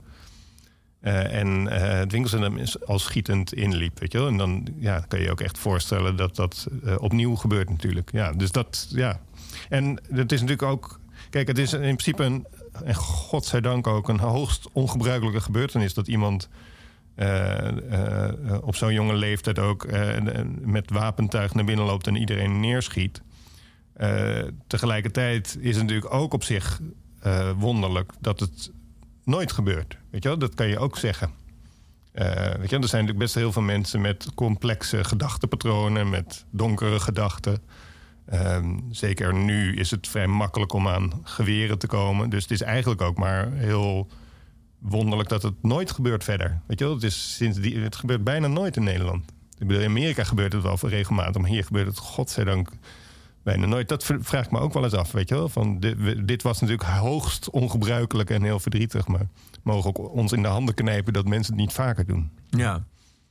Uh, en uh, het winkelcentrum al schietend inliep, weet je wel. En dan ja, kan je je ook echt voorstellen dat dat uh, opnieuw gebeurt natuurlijk. Ja, dus dat, ja. En het is natuurlijk ook, kijk, het is in principe een, en godzijdank ook een hoogst ongebruikelijke gebeurtenis dat iemand Uh, uh, op zo'n jonge leeftijd ook uh, met wapentuig naar binnen loopt en iedereen neerschiet. Uh, tegelijkertijd is het natuurlijk ook op zich uh, wonderlijk dat het nooit gebeurt. Weet je wel? Dat kan je ook zeggen. Uh, weet je wel? Er zijn natuurlijk best heel veel mensen met complexe gedachtenpatronen, met donkere gedachten. Um, zeker nu is het vrij makkelijk om aan geweren te komen. Dus het is eigenlijk ook maar heel wonderlijk dat het nooit gebeurt verder. Weet je wel, het, is sinds die, het gebeurt bijna nooit in Nederland. Ik bedoel, in Amerika gebeurt het wel regelmatig, maar hier gebeurt het godzijdank bijna nooit. Dat vraag ik me ook wel eens af, weet je wel. Van dit, dit was natuurlijk hoogst ongebruikelijk en heel verdrietig, maar we mogen ook ons in de handen knijpen dat mensen het niet vaker doen. Ja.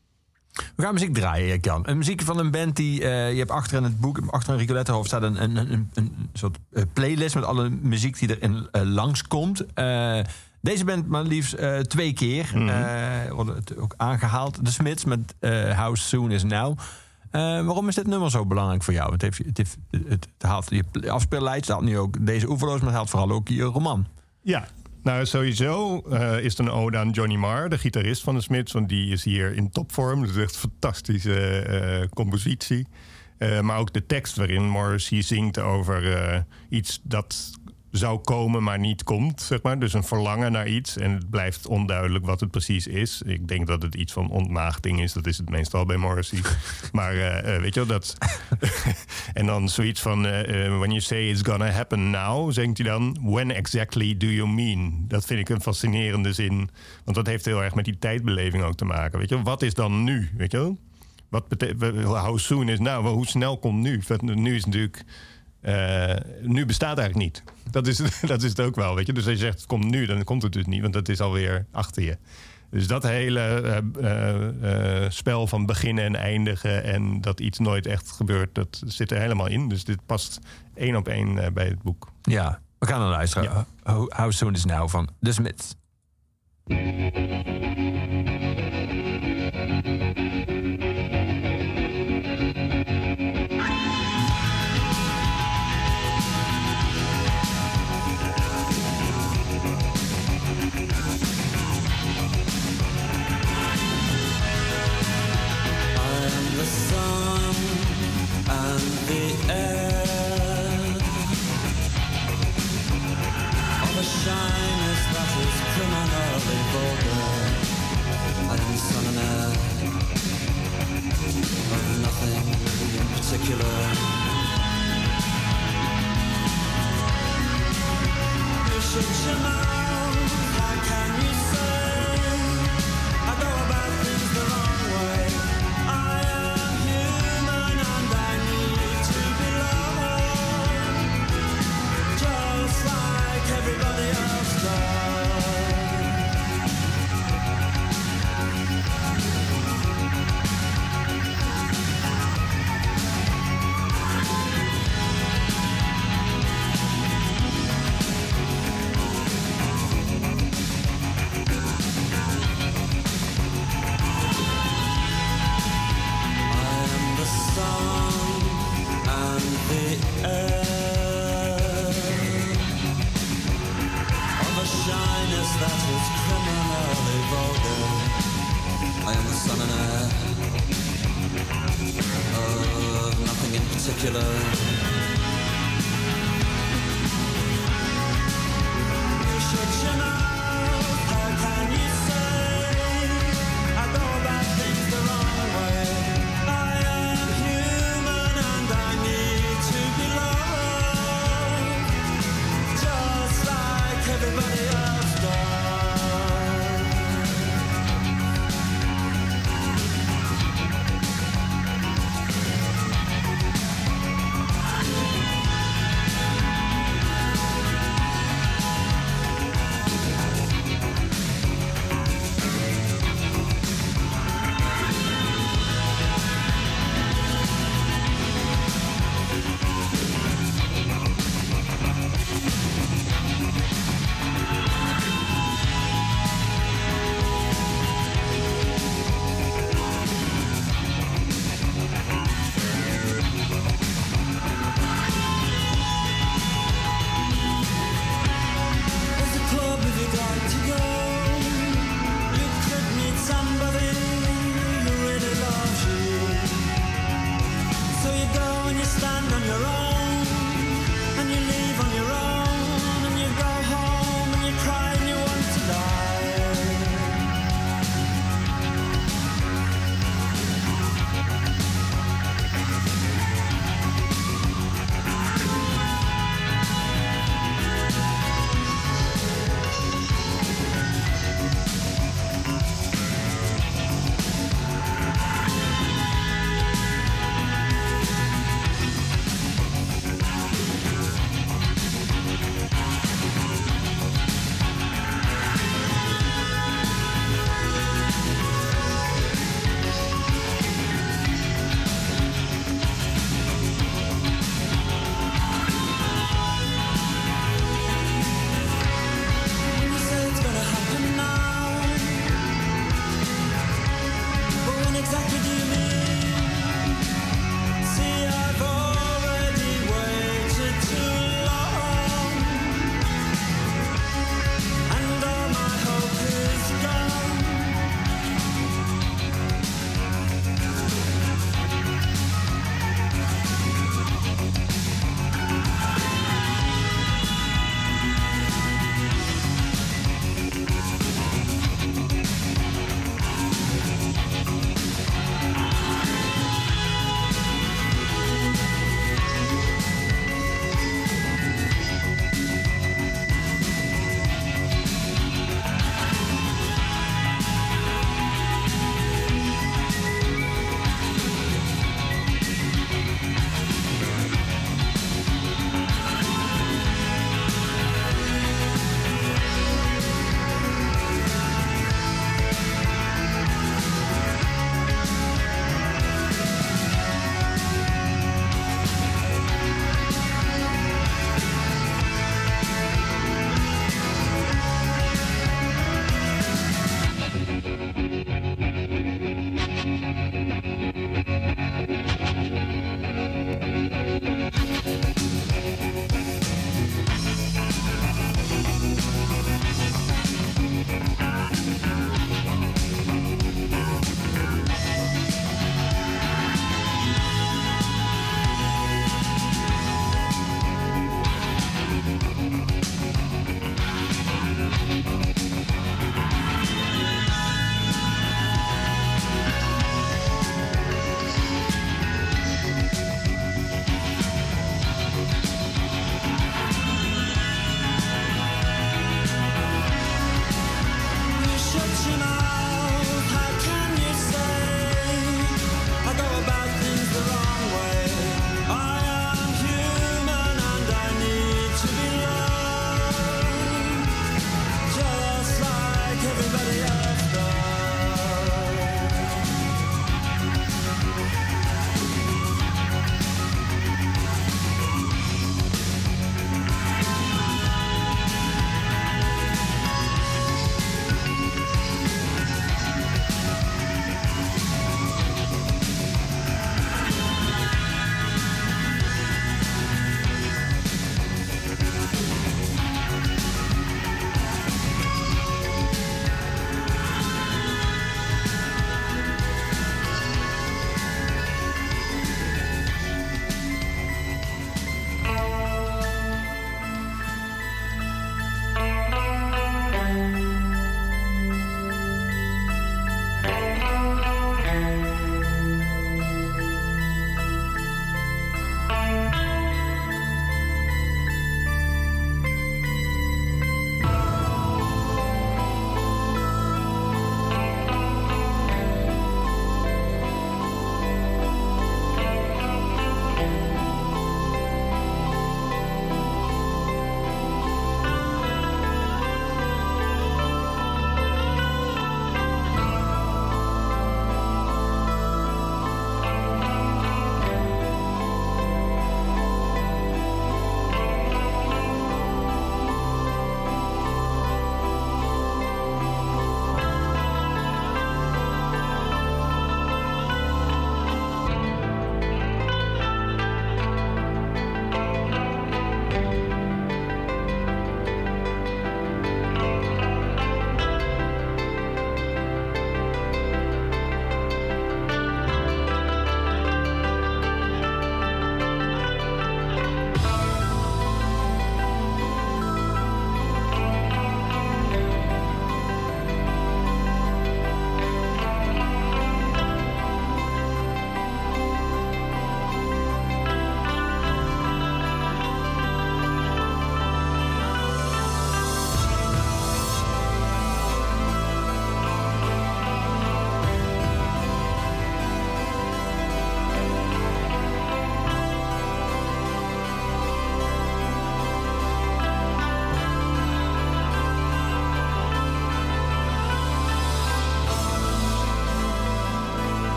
We gaan muziek draaien, Jan. Een muziek van een band die... Uh, je hebt achter in het boek, achter in Rico Letterhoofd staat een, een, een, een soort playlist met alle muziek die erin uh, langskomt. Uh, Deze band maar liefst uh, twee keer mm-hmm. uh, worden het ook aangehaald. De Smiths met uh, How Soon Is Now. Uh, waarom is dit nummer zo belangrijk voor jou? Het, heeft, het, heeft, het, het haalt je afspeellijst, haalt nu ook deze oeverloos, maar het haalt vooral ook je roman. Ja, nou sowieso uh, is het een ode aan Johnny Marr, de gitarist van de Smiths. Want die is hier in topvorm. Dat is echt een fantastische uh, compositie. Uh, maar ook de tekst waarin Morrissey zingt over uh, iets dat zou komen, maar niet komt, zeg maar. Dus een verlangen naar iets. En het blijft onduidelijk wat het precies is. Ik denk dat het iets van ontmaagding is. Dat is het meestal bij Morrissey. Maar uh, uh, weet je wel, dat... en dan zoiets van... Uh, uh, when you say it's gonna happen now, zingt hij dan... When exactly do you mean? Dat vind ik een fascinerende zin. Want dat heeft heel erg met die tijdbeleving ook te maken. Weet je wel? Wat is dan nu? Weet je wel? Wat betekent... How soon is now? Hoe snel komt nu? Nu is natuurlijk... Uh, nu bestaat eigenlijk niet. Dat is, dat is het ook wel, weet je. Dus als je zegt, het komt nu, dan komt het dus niet. Want dat is alweer achter je. Dus dat hele uh, uh, uh, spel van beginnen en eindigen... en dat iets nooit echt gebeurt, dat zit er helemaal in. Dus dit past één op één uh, bij het boek. Ja, we gaan naar luisteren. Ja. How, How Soon Is Now van The Smiths. Shyness that is criminally vulgar. on an earth of nothing in particular. You should you know, how can you say I go about things the wrong way? I am human and I need to be loved, just like everybody else does.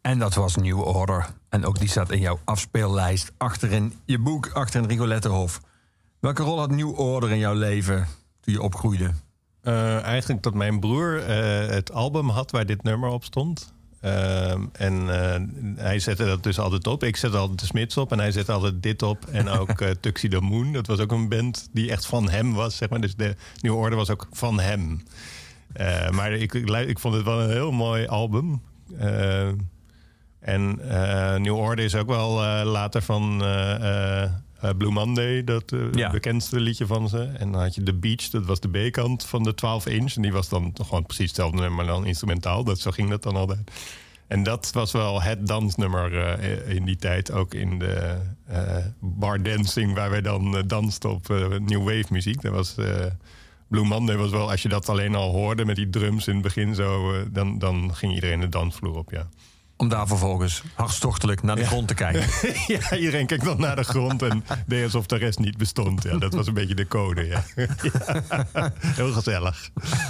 En dat was New Order. En ook die staat in jouw afspeellijst achterin je boek, achterin Rigolettenhof. Welke rol had New Order in jouw leven toen je opgroeide? Uh, eigenlijk dat mijn broer uh, het album had waar dit nummer op stond. Uh, en uh, hij zette dat dus altijd op. Ik zette altijd de Smiths op en hij zette altijd dit op. En ook uh, Tuxedo Moon. Dat was ook een band die echt van hem was, zeg maar. Dus de New Order was ook van hem. Uh, maar ik, ik, ik vond het wel een heel mooi album. Uh, en uh, New Order is ook wel uh, later van uh, uh, Blue Monday, dat uh, ja. bekendste liedje van ze. En dan had je The Beach, dat was de B-kant van de twaalf inch. En die was dan gewoon precies hetzelfde nummer, maar dan instrumentaal. Dat, zo ging dat dan altijd. En dat was wel het dansnummer uh, in die tijd. Ook in de uh, bar dancing, waar wij dan uh, dansten op uh, new wave muziek. Dat was... Uh, Blue Monday was wel, als je dat alleen al hoorde met die drums in het begin zo, uh, dan, dan ging iedereen de dansvloer op, ja. Om daar vervolgens hartstochtelijk naar de ja. grond te kijken. Ja, iedereen keek dan naar de grond en deed alsof de rest niet bestond. Ja, dat was een beetje de code, ja. Ja. Heel gezellig.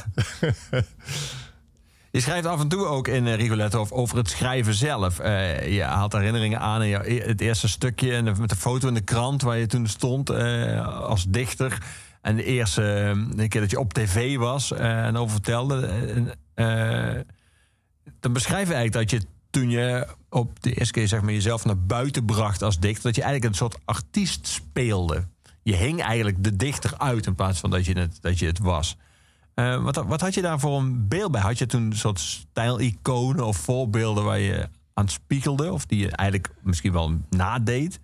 Je schrijft af en toe ook in uh, Rigolettenhof over het schrijven zelf. Uh, je haalt herinneringen aan in jou, het eerste stukje en de, met de foto in de krant waar je toen stond uh, als dichter. En de eerste uh, keer dat je op tv was uh, en over vertelde. Uh, dan beschrijf je eigenlijk dat je toen je op de eerste keer zeg maar, jezelf naar buiten bracht als dichter, dat je eigenlijk een soort artiest speelde. Je hing eigenlijk de dichter uit in plaats van dat je het, dat je het was. Uh, wat, wat had je daar voor een beeld bij? Had je toen een soort stijliconen of voorbeelden waar je aan spiegelde? Of die je eigenlijk misschien wel nadeed?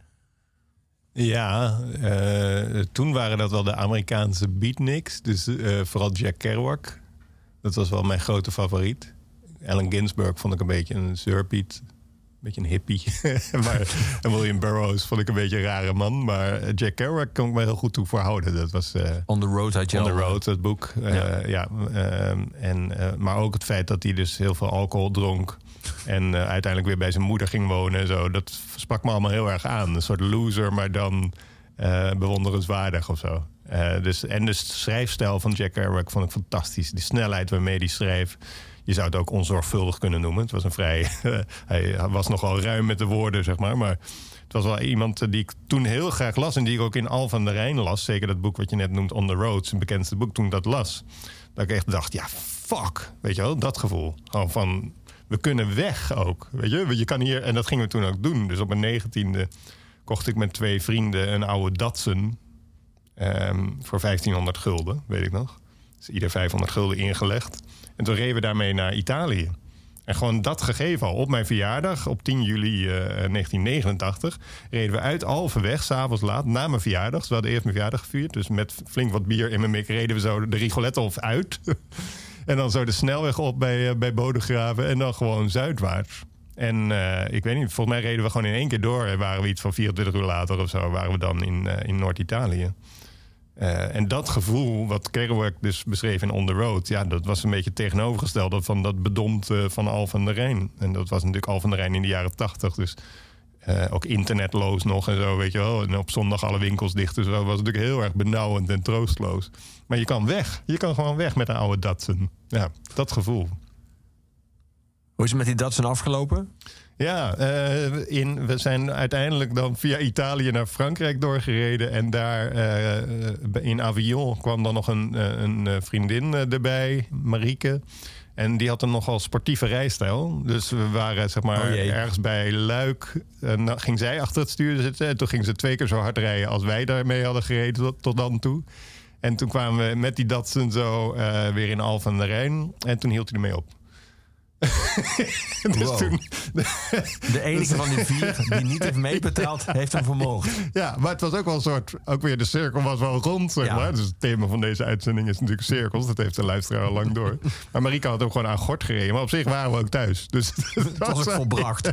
Ja, uh, toen waren dat wel de Amerikaanse beatniks. Dus uh, vooral Jack Kerouac. Dat was wel mijn grote favoriet. Allen Ginsberg vond ik een beetje een zeurpiet. Een beetje een hippie. Maar, en William Burroughs vond ik een beetje een rare man. Maar Jack Kerouac kon ik me heel goed toe voorhouden. Dat was uh, On the Road had je On al. the Road, het boek. Uh, ja. ja uh, en, uh, maar ook het feit dat hij dus heel veel alcohol dronk. En uh, uiteindelijk weer bij zijn moeder ging wonen en zo. Dat sprak me allemaal heel erg aan. Een soort loser, maar dan uh, bewonderenswaardig of zo. Uh, dus, en de schrijfstijl van Jack Kerouac vond ik fantastisch. Die snelheid waarmee hij schreef. Je zou het ook onzorgvuldig kunnen noemen. Het was een vrij... Uh, hij was nogal ruim met de woorden, zeg maar. Maar het was wel iemand die ik toen heel graag las. En die ik ook in Al van der Rijn las. Zeker dat boek wat je net noemt, On the Road. Zijn bekendste boek, toen ik dat las. Dat ik echt dacht, ja, fuck. Weet je wel, dat gevoel. Gewoon van, we kunnen weg ook. Weet je, je kan hier... En dat gingen we toen ook doen. Dus op mijn negentiende kocht ik met twee vrienden een oude Datsun. Um, voor vijftienhonderd gulden, weet ik nog. Dus ieder vijfhonderd gulden ingelegd. En toen reden we daarmee naar Italië. En gewoon dat gegeven al. Op mijn verjaardag, op tien juli uh, negentien negenentachtig... reden we uit Alphen weg, s'avonds laat, na mijn verjaardag. We hadden eerst mijn verjaardag gevierd. Dus met flink wat bier in mijn mik reden we zo de Rigolettenhof uit. En dan zo de snelweg op bij, uh, bij Bodegraven. En dan gewoon zuidwaarts. En uh, ik weet niet, volgens mij reden we gewoon in één keer door. En waren we iets van vierentwintig uur later of zo... waren we dan in, uh, in Noord-Italië. Uh, en dat gevoel, wat Kerouac dus beschreef in On the Road... ja, dat was een beetje tegenovergestelde van dat bedompt uh, van Al van der Rijn. En dat was natuurlijk Al van der Rijn in de jaren tachtig. Dus uh, ook internetloos nog en zo, weet je wel. En op zondag alle winkels dicht en zo. Dat was natuurlijk heel erg benauwend en troostloos. Maar je kan weg. Je kan gewoon weg met een oude Datsun. Ja, dat gevoel. Hoe is het met die Datsun afgelopen? Ja, uh, in, we zijn uiteindelijk dan via Italië naar Frankrijk doorgereden. En daar uh, in Avignon kwam dan nog een, een vriendin erbij, Marieke. En die had een nogal sportieve rijstijl. Dus we waren zeg maar oh ergens bij Luik. En dan ging zij achter het stuur zitten. En toen ging ze twee keer zo hard rijden als wij daarmee hadden gereden tot, tot dan toe. En toen kwamen we met die Datsun zo uh, weer in Al van der Rijn. En toen hield hij ermee op. Dus wow. toen, de enige van die vier die niet heeft meebetaald, heeft hem vermogen. Ja, maar het was ook wel een soort... Ook weer de cirkel was wel rond, zeg ja. maar. Dus het thema van deze uitzending is natuurlijk cirkels. Dat heeft de luisteraar al lang door. Maar Marieke had ook gewoon aan gort gereden. Maar op zich waren we ook thuis. Dus het was, was ook volbracht.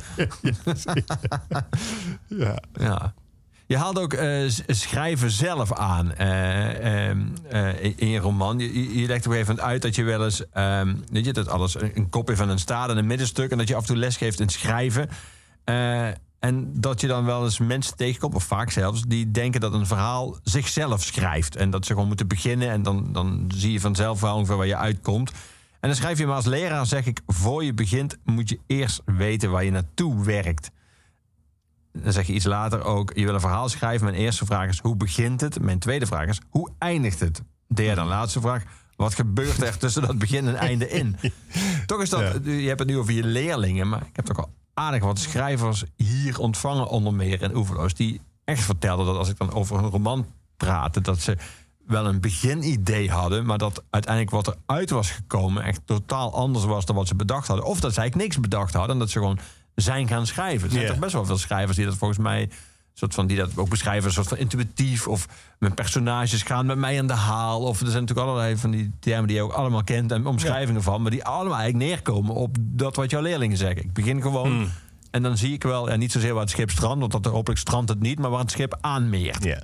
Ja. Ja. Je haalt ook uh, schrijven zelf aan uh, uh, uh, in je roman. Je, je legt op een gegeven moment uit dat je wel eens... Uh, weet je, dat alles een kop heeft en een staart en een middenstuk... en dat je af en toe les geeft in schrijven. Uh, en dat je dan wel eens mensen tegenkomt, of vaak zelfs... die denken dat een verhaal zichzelf schrijft. En dat ze gewoon moeten beginnen... en dan, dan zie je vanzelf wel ongeveer waar je uitkomt. En dan schrijf je maar als leraar, zeg ik... voor je begint moet je eerst weten waar je naartoe werkt. Dan zeg je iets later ook... je wil een verhaal schrijven. Mijn eerste vraag is, hoe begint het? Mijn tweede vraag is, hoe eindigt het? Derde en laatste vraag... wat gebeurt er tussen dat begin en einde in? Toch is dat... Ja. Je hebt het nu over je leerlingen... maar ik heb toch al aardig wat schrijvers hier ontvangen... onder meer in Oeverloos... die echt vertelden dat als ik dan over een roman praatte... dat ze wel een beginidee hadden... maar dat uiteindelijk wat eruit was gekomen... echt totaal anders was dan wat ze bedacht hadden. Of dat ze eigenlijk niks bedacht hadden... en dat ze gewoon zijn gaan schrijven. Er zijn yeah. toch best wel veel schrijvers die dat volgens mij... soort van die dat ook beschrijven, een soort van intuïtief... of mijn personages gaan met mij aan de haal... of er zijn natuurlijk allerlei van die termen die je ook allemaal kent... en omschrijvingen ja. van, maar die allemaal eigenlijk neerkomen... op dat wat jouw leerlingen zeggen. Ik begin gewoon hmm. en dan zie ik wel... Ja, niet zozeer waar het schip strandt, want dat hopelijk strandt het niet... maar waar het schip aanmeert. Ja.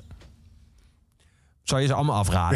Zou je ze allemaal afraden?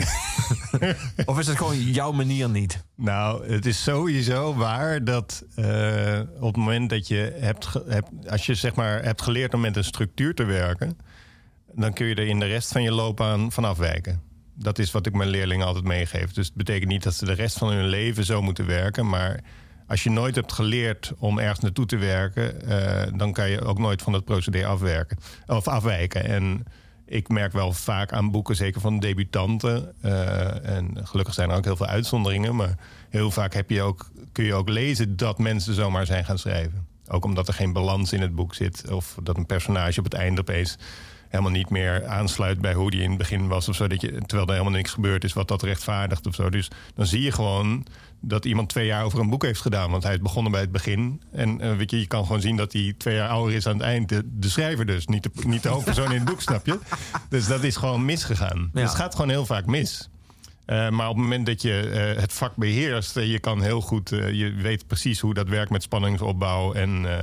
Of is het gewoon jouw manier niet? Nou, het is sowieso waar dat uh, op het moment dat je hebt, ge- hebt... als je zeg maar hebt geleerd om met een structuur te werken... dan kun je er in de rest van je loopbaan van afwijken. Dat is wat ik mijn leerlingen altijd meegeef. Dus het betekent niet dat ze de rest van hun leven zo moeten werken... maar als je nooit hebt geleerd om ergens naartoe te werken... Uh, dan kan je ook nooit van dat procedé afwerken, of afwijken. En... ik merk wel vaak aan boeken, zeker van debutanten... Uh, en gelukkig zijn er ook heel veel uitzonderingen... maar heel vaak heb je ook, kun je ook lezen dat mensen zomaar zijn gaan schrijven. Ook omdat er geen balans in het boek zit... of dat een personage op het einde opeens helemaal niet meer aansluit... bij hoe die in het begin was, of zo, dat je, terwijl er helemaal niks gebeurd is... wat dat rechtvaardigt of zo. Dus dan zie je gewoon dat iemand twee jaar over een boek heeft gedaan... want hij is begonnen bij het begin. En uh, weet je, je kan gewoon zien dat hij twee jaar ouder is aan het eind. De, de schrijver dus, niet de, niet de hoofdpersoon in het boek, snap je? Dus dat is gewoon misgegaan. Ja. Dus het gaat gewoon heel vaak mis. Uh, maar op het moment dat je uh, het vak beheerst... Uh, je kan heel goed, uh, je weet precies hoe dat werkt met spanningsopbouw... en, uh,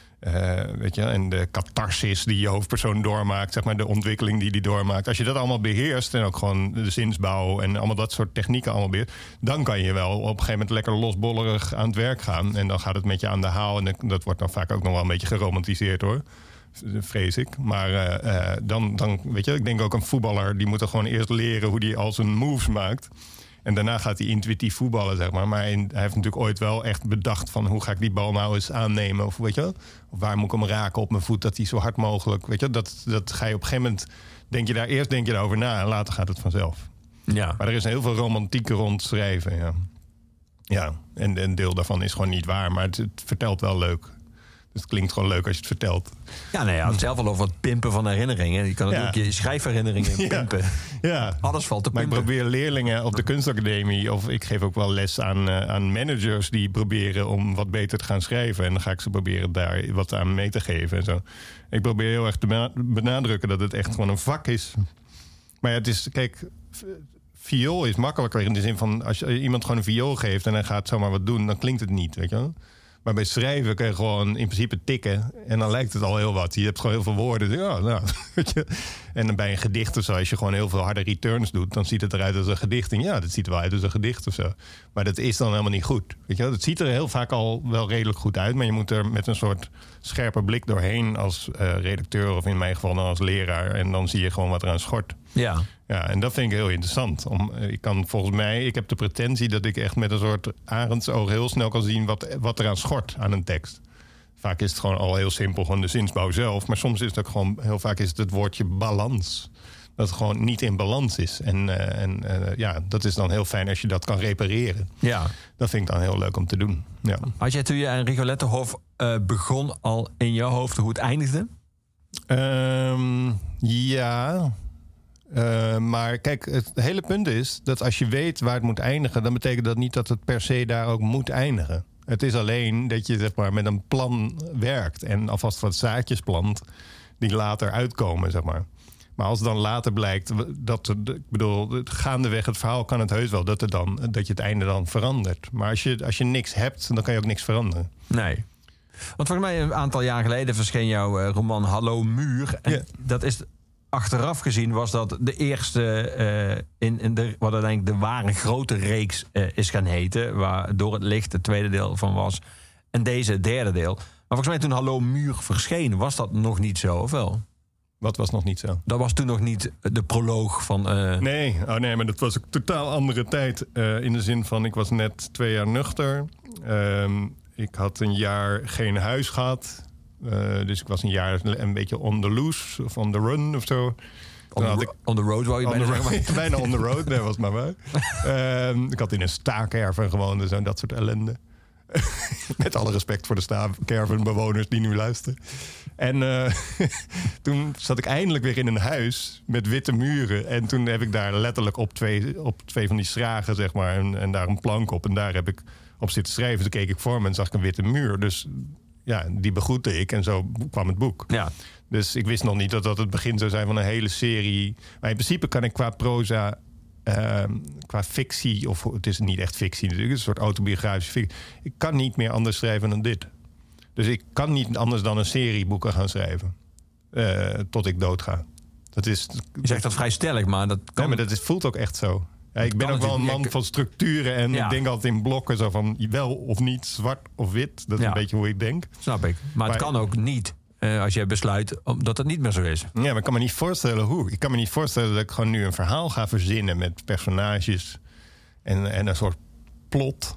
uh, weet je, en de catharsis die je hoofdpersoon doormaakt... zeg maar de ontwikkeling die die doormaakt. Als je dat allemaal beheerst en ook gewoon de zinsbouw... en allemaal dat soort technieken allemaal beheerst... dan kan je wel op een gegeven moment lekker losbollerig aan het werk gaan... en dan gaat het met je aan de haal... en dat wordt dan vaak ook nog wel een beetje geromantiseerd, hoor... vrees ik. Maar uh, uh, dan, dan, weet je, ik denk ook een voetballer... die moet er gewoon eerst leren hoe hij al zijn moves maakt. En daarna gaat hij intuïtief voetballen, zeg maar. Maar hij heeft natuurlijk ooit wel echt bedacht van... hoe ga ik die bal nou eens aannemen? Of, weet je, of waar moet ik hem raken op mijn voet? Dat hij zo hard mogelijk... Weet je, dat, dat ga je op een gegeven moment... denk je daar eerst denk je daarover na en later gaat het vanzelf. Ja. Maar er is heel veel romantiek rond schrijven, ja. Ja, en een deel daarvan is gewoon niet waar. Maar het, het vertelt wel leuk. Dus het klinkt gewoon leuk als je het vertelt. Ja, nou ja, het zelf al over het pimpen van herinneringen. Je kan het ja. ook je schrijfherinneringen pimpen. Ja. ja. Alles valt te maar pimpen. Ik probeer leerlingen op de kunstacademie... of ik geef ook wel les aan, uh, aan managers... die proberen om wat beter te gaan schrijven. En dan ga ik ze proberen daar wat aan mee te geven. En zo. Ik probeer heel erg te benadrukken dat het echt gewoon een vak is. Maar ja, het is, kijk... viool is makkelijker in de zin van... als je iemand gewoon een viool geeft en hij gaat zomaar wat doen... dan klinkt het niet, weet je wel. Maar bij schrijven kun je gewoon in principe tikken... en dan lijkt het al heel wat. Je hebt gewoon heel veel woorden. Ja, nou, weet je. En bij een gedicht of zo... als je gewoon heel veel harde returns doet... dan ziet het eruit als een gedicht. En ja, dat ziet er wel uit als een gedicht of zo. Maar dat is dan helemaal niet goed. Weet je wel? Het ziet er heel vaak al wel redelijk goed uit... maar je moet er met een soort scherpe blik doorheen... als uh, redacteur of in mijn geval dan als leraar... en dan zie je gewoon wat eraan schort. Ja. Ja, en dat vind ik heel interessant. Om, ik kan volgens mij, ik heb de pretentie dat ik echt met een soort arendsoog heel snel kan zien wat, wat eraan schort aan een tekst. Vaak is het gewoon al heel simpel, gewoon de zinsbouw zelf. Maar soms is het ook gewoon, heel vaak is het het woordje balans. Dat het gewoon niet in balans is. En, uh, en uh, ja, dat is dan heel fijn als je dat kan repareren. Ja. Dat vind ik dan heel leuk om te doen. Ja. Had jij toen je aan Rigolettenhof uh, begon al in jouw hoofd hoe het eindigde? Um, ja... Uh, maar kijk, het hele punt is dat als je weet waar het moet eindigen... dan betekent dat niet dat het per se daar ook moet eindigen. Het is alleen dat je zeg maar, met een plan werkt... en alvast wat zaadjes plant die later uitkomen, zeg maar. Maar als dan later blijkt dat... ik bedoel, gaandeweg het verhaal kan het heus wel... dat, het dan, dat je het einde dan verandert. Maar als je, als je niks hebt, dan kan je ook niks veranderen. Nee. Want volgens mij een aantal jaar geleden verscheen jouw uh, roman Hallo Muur. En ja. dat is... Achteraf gezien was dat de eerste uh, in, in de, wat uiteindelijk de ware grote reeks uh, is gaan heten. Waar Door het Licht het tweede deel van was. En deze het derde deel. Maar volgens mij toen Hallo Muur verscheen, was dat nog niet zo, of wel? Wat was nog niet zo? Dat was toen nog niet de proloog van... Uh... Nee, oh nee, maar dat was een totaal andere tijd. Uh, in de zin van, ik was net twee jaar nuchter. Um, ik had een jaar geen huis gehad. Uh, dus ik was een jaar een beetje on the loose of on the run of zo. On the, ik, on the road wou je bijna zeggen. Bijna on the road, dat was maar waar. Um, ik had in een staakerven gewoond, dus dat soort ellende. Met alle respect voor de staakervenbewoners die nu luisteren. En uh, toen zat ik eindelijk weer in een huis met witte muren. En toen heb ik daar letterlijk op twee, op twee van die schragen, zeg maar, en, en daar een plank op. En daar heb ik op zitten schrijven. Toen keek ik voor me en zag ik een witte muur. Dus ja, die begroette ik en zo kwam het boek. Ja. Dus ik wist nog niet dat dat het begin zou zijn van een hele serie. Maar in principe kan ik qua proza, uh, qua fictie, of het is niet echt fictie natuurlijk, het is een soort autobiografische fictie. Ik kan niet meer anders schrijven dan dit. Dus ik kan niet anders dan een serie boeken gaan schrijven. Uh, tot ik doodga. Dat is, je zegt dat vrij stellig, maar dat kan... Nee, maar dat is, voelt ook echt zo. Ja, ik ben ook wel een man van structuren en ja. ik denk altijd in blokken, zo van wel of niet, zwart of wit. Dat is ja. een beetje hoe ik denk. Snap ik. Maar, maar het kan ook niet. Uh, als jij besluit dat het niet meer zo is. Ja, maar ik kan me niet voorstellen hoe. Ik kan me niet voorstellen dat ik gewoon nu een verhaal ga verzinnen met personages en, en een soort plot.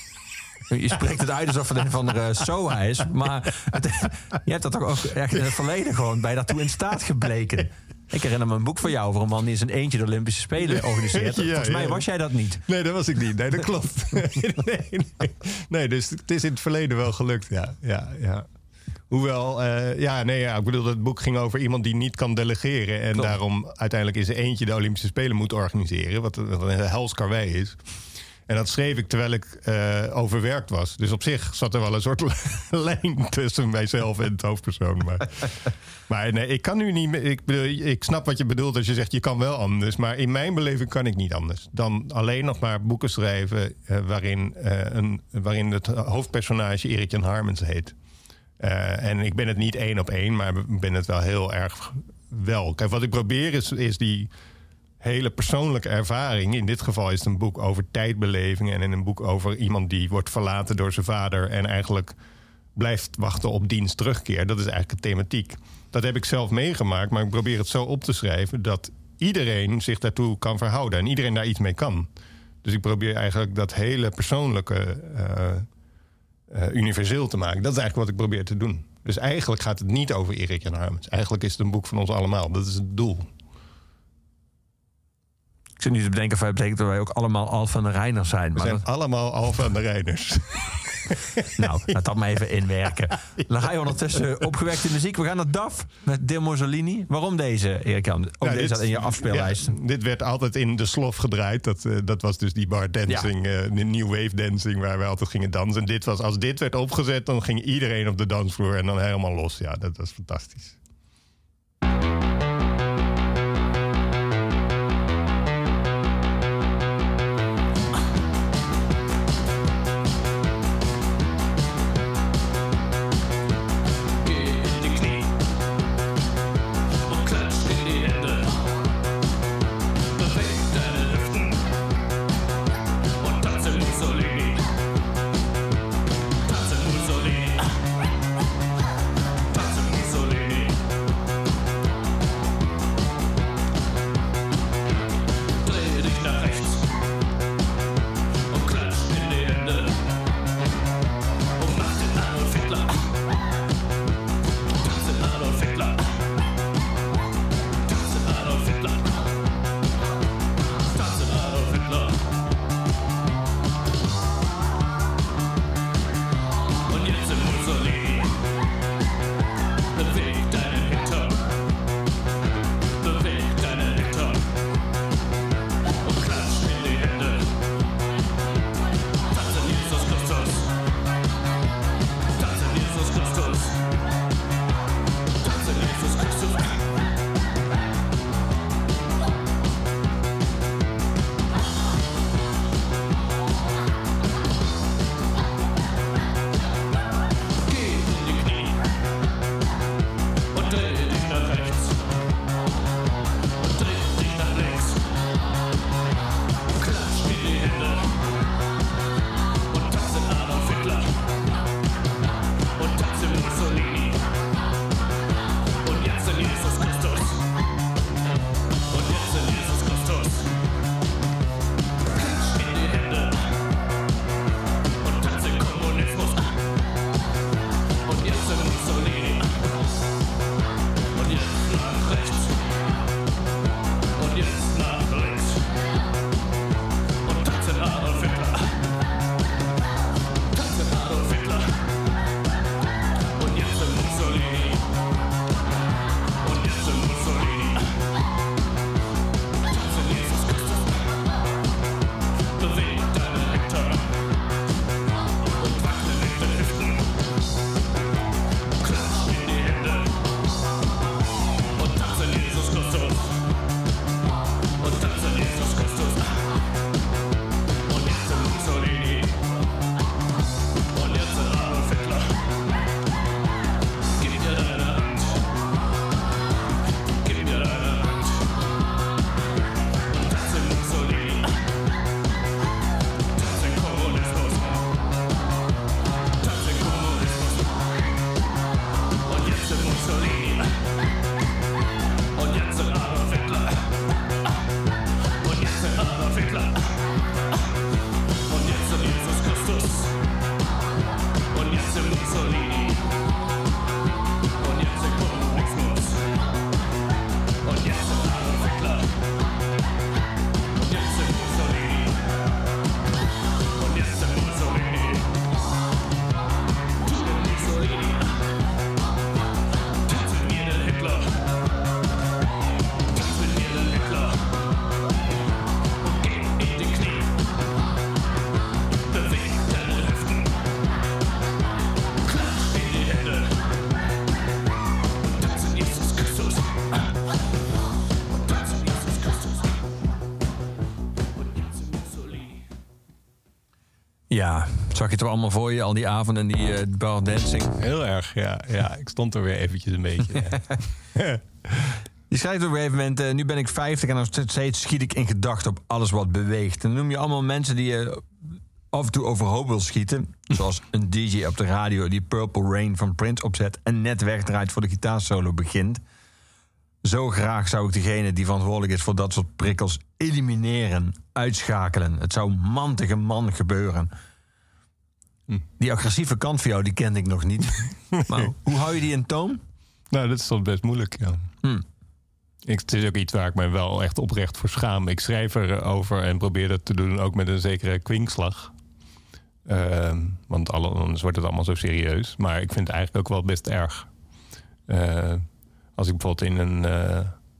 Je spreekt het uit alsof het een van de S O A is. Maar het, je hebt dat toch ook echt in het verleden gewoon bij daartoe in staat gebleken. Ik herinner me een boek van jou over een man die in zijn eentje de Olympische Spelen organiseert. Ja, Volgens mij ja. was jij dat niet. Nee, dat was ik niet. Nee, dat klopt. nee, nee. nee, dus het is in het verleden wel gelukt. Ja, ja, ja. Hoewel, uh, ja, nee, ja, ik bedoel, het boek ging over iemand die niet kan delegeren. En Klopt. daarom uiteindelijk in zijn eentje de Olympische Spelen moet organiseren. Wat, wat een hels karwei is. En dat schreef ik terwijl ik uh, overwerkt was. Dus op zich zat er wel een soort lijn tussen mijzelf en het hoofdpersoon. Maar, maar nee, ik kan nu niet meer. Ik, bedoel, ik snap wat je bedoelt als je zegt je kan wel anders. Maar in mijn beleving kan ik niet anders dan alleen nog maar boeken schrijven uh, waarin, uh, een, waarin het hoofdpersonage Erik Jan Harmens heet. Uh, en ik ben het niet één op één, maar ik ben het wel heel erg wel. Kijk, wat ik probeer is, is die hele persoonlijke ervaring. In dit geval is het een boek over tijdbeleving en een boek over iemand die wordt verlaten door zijn vader en eigenlijk blijft wachten op diens terugkeer. Dat is eigenlijk de thematiek. Dat heb ik zelf meegemaakt, maar ik probeer het zo op te schrijven dat iedereen zich daartoe kan verhouden en iedereen daar iets mee kan. Dus ik probeer eigenlijk dat hele persoonlijke uh, uh, universeel te maken. Dat is eigenlijk wat ik probeer te doen. Dus eigenlijk gaat het niet over Erik Jan Harmens. Eigenlijk is het een boek van ons allemaal. Dat is het doel. Ik zit nu te bedenken of het betekent dat wij ook allemaal Alphen en de Reiners zijn. We maar zijn dat... allemaal Alphen en de Reiners. Nou, laat dat maar even inwerken. Dan ga je ondertussen opgewekte muziek. We gaan naar D A F met De Mussolini. Waarom deze, Erik-Jan? Ook ja, deze dit, in je afspeellijst. Ja, dit werd altijd in de slof gedraaid. Dat, uh, dat was dus die bar dancing, ja. uh, de new wave dancing, waar we altijd gingen dansen. En dit was, als dit werd opgezet, dan ging iedereen op de dansvloer en dan helemaal los. Ja, dat was fantastisch. Mussolini. Und jetzt in Jesus Christus. Und jetzt in Mussolini. Und jetzt in Kommunismus. Und jetzt in Adolf Hitler. Und jetzt in Mussolini. Und jetzt in Mussolini. Du den Mussolini. Tanz mit mir den Hitler. Tanz mit mir den Hitler. Und geh in die Knie. Beweg deine Hüften. Klatsch in die Hände. Und tanz in Jesus Christus. Und tanz in Jesus Christus. Und jetzt in Mussolini. Ja, zag je het er allemaal voor je, al die avonden, die uh, bar dancing? Heel erg, ja. ja. Ik stond er weer eventjes een beetje. Ja. Je schrijft op een gegeven moment, uh, nu ben ik vijftig en nog steeds schiet ik in gedachten op alles wat beweegt. En dan noem je allemaal mensen die je af en toe overhoop wil schieten. Zoals een D J op de radio die Purple Rain van Prince opzet en net wegdraait voor de gitaarsolo begint. Zo graag zou ik degene die verantwoordelijk is voor dat soort prikkels elimineren, uitschakelen. Het zou man tegen man gebeuren. Hm. Die agressieve kant van jou, die kende ik nog niet. Maar hoe hou je die in toom? Nou, dat is soms best moeilijk, ja. Hm. Ik, het is ook iets waar ik me wel echt oprecht voor schaam. Ik schrijf erover en probeer dat te doen ook met een zekere kwinkslag. Uh, want alle, anders wordt het allemaal zo serieus. Maar ik vind het eigenlijk ook wel best erg. Uh, als ik bijvoorbeeld in een uh,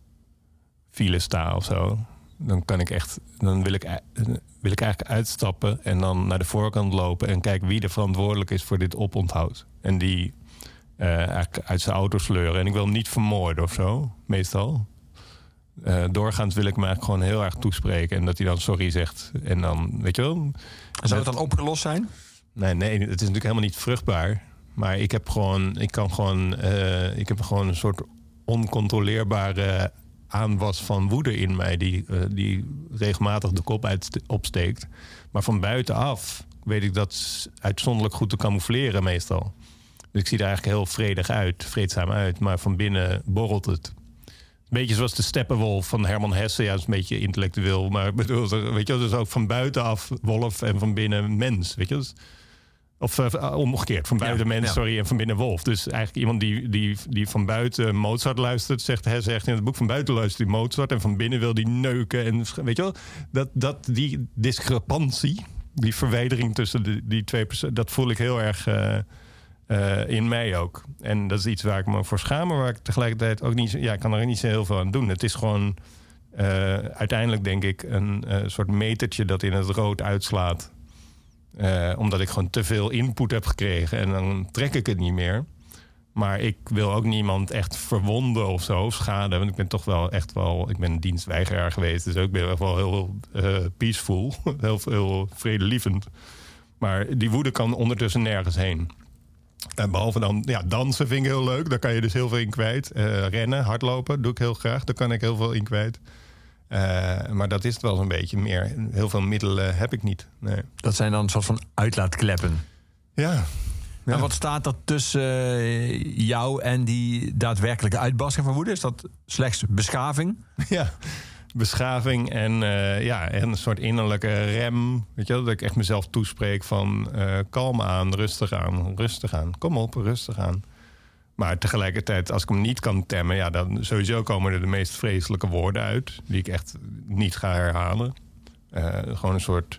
file sta of zo, dan kan ik echt, dan wil ik, wil ik eigenlijk uitstappen en dan naar de voorkant lopen en kijken wie er verantwoordelijk is voor dit oponthoud. En die uh, eigenlijk uit zijn auto sleuren. En ik wil hem niet vermoorden of zo, meestal. Uh, doorgaans wil ik hem eigenlijk gewoon heel erg toespreken en dat hij dan sorry zegt. En dan, weet je wel. Zou het dan opgelost zijn? Nee, nee, het is natuurlijk helemaal niet vruchtbaar. Maar ik heb gewoon, ik kan gewoon, uh, ik heb gewoon een soort oncontroleerbare aanwas van woede in mij die, uh, die regelmatig de kop uit, opsteekt. Maar van buitenaf weet ik dat uitzonderlijk goed te camoufleren meestal. Dus ik zie er eigenlijk heel vredig uit, vreedzaam uit, maar van binnen borrelt het. Een beetje zoals de steppenwolf van Herman Hesse. Ja, dat is een beetje intellectueel, maar bedoel, weet je, dus ook van buitenaf wolf en van binnen mens, weet je. Dus, of uh, omgekeerd, van buiten ja, mens, ja. sorry, en van binnen wolf. Dus eigenlijk iemand die, die, die van buiten Mozart luistert, zegt hij zegt in het boek, van buiten luistert hij Mozart en van binnen wil die neuken. En weet je wel, dat, dat, die discrepantie, die verwijdering tussen de, die twee personen, dat voel ik heel erg uh, uh, in mij ook. En dat is iets waar ik me voor schaam, maar waar ik tegelijkertijd ook niet, ja, ik kan er niet zo heel veel aan doen. Het is gewoon uh, uiteindelijk denk ik een uh, soort metertje dat in het rood uitslaat. Uh, omdat ik gewoon te veel input heb gekregen en dan trek ik het niet meer. Maar ik wil ook niemand echt verwonden of zo, schaden. Want ik ben toch wel echt wel, ik ben dienstweigeraar geweest. Dus ook ben ik echt wel heel uh, peaceful, heel, heel vredelievend. Maar die woede kan ondertussen nergens heen. En behalve dan, ja, dansen vind ik heel leuk. Daar kan je dus heel veel in kwijt. Uh, rennen, hardlopen, doe ik heel graag. Daar kan ik heel veel in kwijt. Uh, maar dat is het wel zo'n beetje meer. Heel veel middelen heb ik niet. Nee. Dat zijn dan een soort van uitlaatkleppen. Ja. ja. En wat staat er tussen uh, jou en die daadwerkelijke uitbarsting van woede? Is dat slechts beschaving? Ja, beschaving en, uh, ja, en een soort innerlijke rem. Weet je wel, dat ik echt mezelf toespreek van uh, kalm aan, rustig aan, rustig aan. Kom op, rustig aan. Maar tegelijkertijd, als ik hem niet kan temmen, ja, dan sowieso komen er de meest vreselijke woorden uit. Die ik echt niet ga herhalen. Uh, gewoon een soort,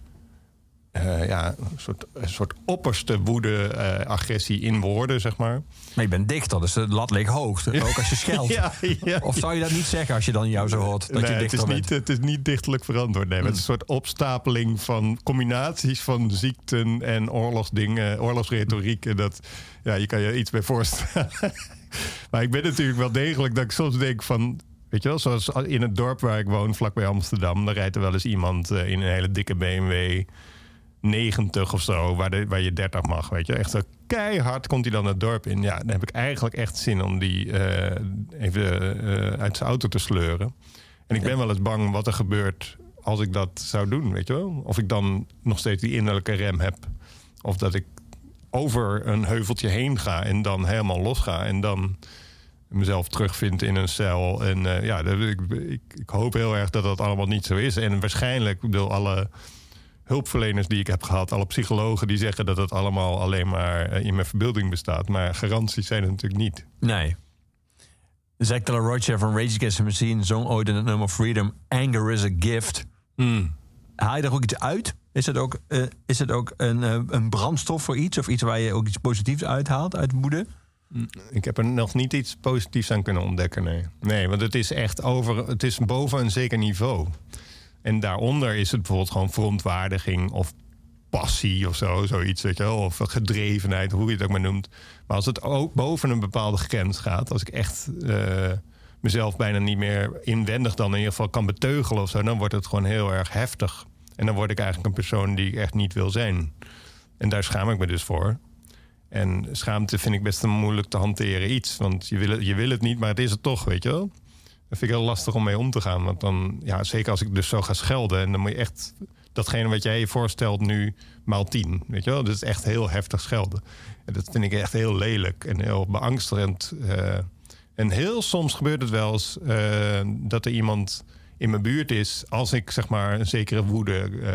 uh, ja, een soort, een soort opperste woede, uh, agressie in woorden, zeg maar. Maar je bent dichter, dus de lat ligt hoog. Ook als je scheldt. ja, ja, of zou je dat niet zeggen als je dan jou zo hoort? Dat nee, je dichter het, is bent? Niet, het is niet dichtelijk verantwoord. Nee, mm. Het is een soort opstapeling van combinaties van ziekten en oorlogsdingen, oorlogsretoriek. Dat, ja, je kan je iets bij voorstellen. Maar ik ben natuurlijk wel degelijk dat ik soms denk van, weet je wel, zoals in het dorp waar ik woon, vlakbij Amsterdam, dan rijdt er wel eens iemand uh, in een hele dikke B M W negentig of zo, waar, de, waar je dertig mag, weet je. Echt zo keihard komt hij dan het dorp in. Ja, dan heb ik eigenlijk echt zin om die uh, even uh, uit zijn auto te sleuren. En ik ben wel eens bang wat er gebeurt als ik dat zou doen, weet je wel. Of ik dan nog steeds die innerlijke rem heb. Of dat ik over een heuveltje heen ga en dan helemaal los ga. En dan mezelf terugvind in een cel. En uh, ja, dat, ik, ik, ik hoop heel erg dat dat allemaal niet zo is. En waarschijnlijk, ik bedoel, alle hulpverleners die ik heb gehad, alle psychologen die zeggen dat het allemaal alleen maar uh, in mijn verbeelding bestaat. Maar garanties zijn er natuurlijk niet. Nee. Zach de la Rocha van Rage Against the Machine zong ooit in het nummer Freedom: Anger is a gift. Mm. Haal je er ook iets uit? Is het ook, uh, is het ook een, uh, een brandstof voor iets? Of iets waar je ook iets positiefs uithaalt uit woede? Ik heb er nog niet iets positiefs aan kunnen ontdekken, nee. Nee, want het is echt over... Het is boven een zeker niveau. En daaronder is het bijvoorbeeld gewoon verontwaardiging of passie of zo, zoiets, weet je wel. Of gedrevenheid, hoe je het ook maar noemt. Maar als het ook boven een bepaalde grens gaat, als ik echt uh, mezelf bijna niet meer inwendig dan in ieder geval kan beteugelen of zo, dan wordt het gewoon heel erg heftig. En dan word ik eigenlijk een persoon die ik echt niet wil zijn. En daar schaam ik me dus voor. En schaamte vind ik best een moeilijk te hanteren iets. Want je wil, het, je wil het niet, maar het is het toch, weet je wel. Dat vind ik heel lastig om mee om te gaan. Want dan, ja, zeker als ik dus zo ga schelden, en dan moet je echt datgene wat jij je voorstelt nu maal tien, weet je wel. Dat is echt heel heftig schelden. En dat vind ik echt heel lelijk en heel beangstigend. Uh, en heel soms gebeurt het wel eens uh, dat er iemand in mijn buurt is, als ik zeg maar een zekere woede uh,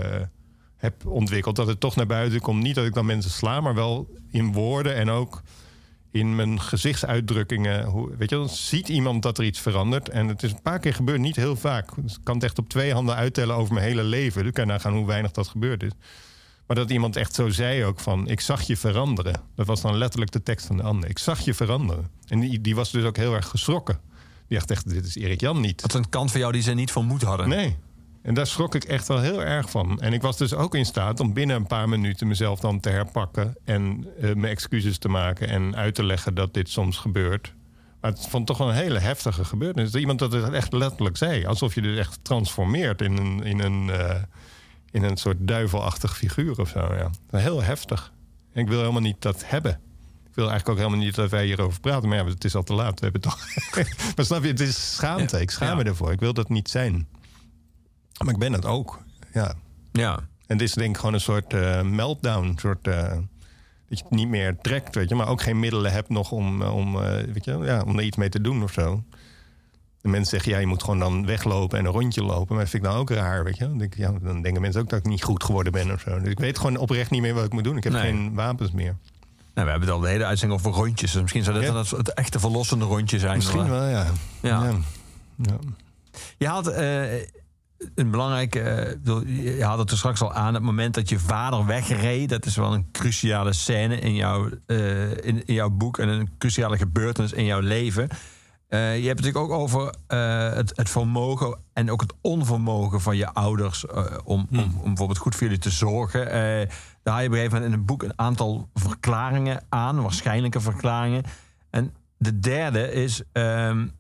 heb ontwikkeld, dat het toch naar buiten komt. Niet dat ik dan mensen sla, maar wel in woorden en ook in mijn gezichtsuitdrukkingen. Hoe, weet je, dan ziet iemand dat er iets verandert. En het is een paar keer gebeurd, niet heel vaak. Dus ik kan het echt op twee handen uittellen over mijn hele leven. Dus kan je nagaan hoe weinig dat gebeurd is. Maar dat iemand echt zo zei ook van, ik zag je veranderen. Dat was dan letterlijk de tekst van de ander. Ik zag je veranderen. En die, die was dus ook heel erg geschrokken. Die dacht echt, dit is Erik Jan niet. Dat is een kant van jou die ze niet vermoed hadden. Nee. En daar schrok ik echt wel heel erg van. En ik was dus ook in staat om binnen een paar minuten mezelf dan te herpakken en uh, mijn excuses te maken en uit te leggen dat dit soms gebeurt. Maar het vond toch wel een hele heftige gebeurtenis. Iemand dat het echt letterlijk zei. Alsof je dus echt transformeert in een, in een, uh, in een soort duivelachtig figuur of zo. Ja. Heel heftig. En ik wil helemaal niet dat hebben. Ik wil eigenlijk ook helemaal niet dat wij hierover praten. Maar ja, het is al te laat. We hebben toch... maar snap je, het is schaamte. Ik schaam me ja. ervoor. Ik wil dat niet zijn. Maar ik ben het ook, ja. Ja. En het is denk ik gewoon een soort uh, meltdown. Een soort, uh, dat je het niet meer trekt, weet je. Maar ook geen middelen hebt nog om, uh, om, uh, weet je, ja, om er iets mee te doen of zo. De mensen zeggen, ja, je moet gewoon dan weglopen en een rondje lopen. Maar dat vind ik nou ook raar, weet je. Dan, denk ik, ja, dan denken mensen ook dat ik niet goed geworden ben of zo. Dus ik weet gewoon oprecht niet meer wat ik moet doen. Ik heb Nee. geen wapens meer. Nou, we hebben het al de hele uitzending over rondjes. Dus misschien zou dit Ja. dan het, het echte verlossende rondje zijn. Misschien wel, ja. Ja. ja. ja. Je had uh, een belangrijke... Uh, je had het er straks al aan. Het moment dat je vader wegreed. Dat is wel een cruciale scène in jouw, uh, in, in jouw boek. En een cruciale gebeurtenis in jouw leven. Uh, je hebt het natuurlijk ook over uh, het, het vermogen en ook het onvermogen van je ouders uh, om, hmm. om, om bijvoorbeeld goed voor jullie te zorgen. Uh, daar haal je op een gegeven moment in het boek een aantal verklaringen aan, waarschijnlijke verklaringen. En de derde is, um,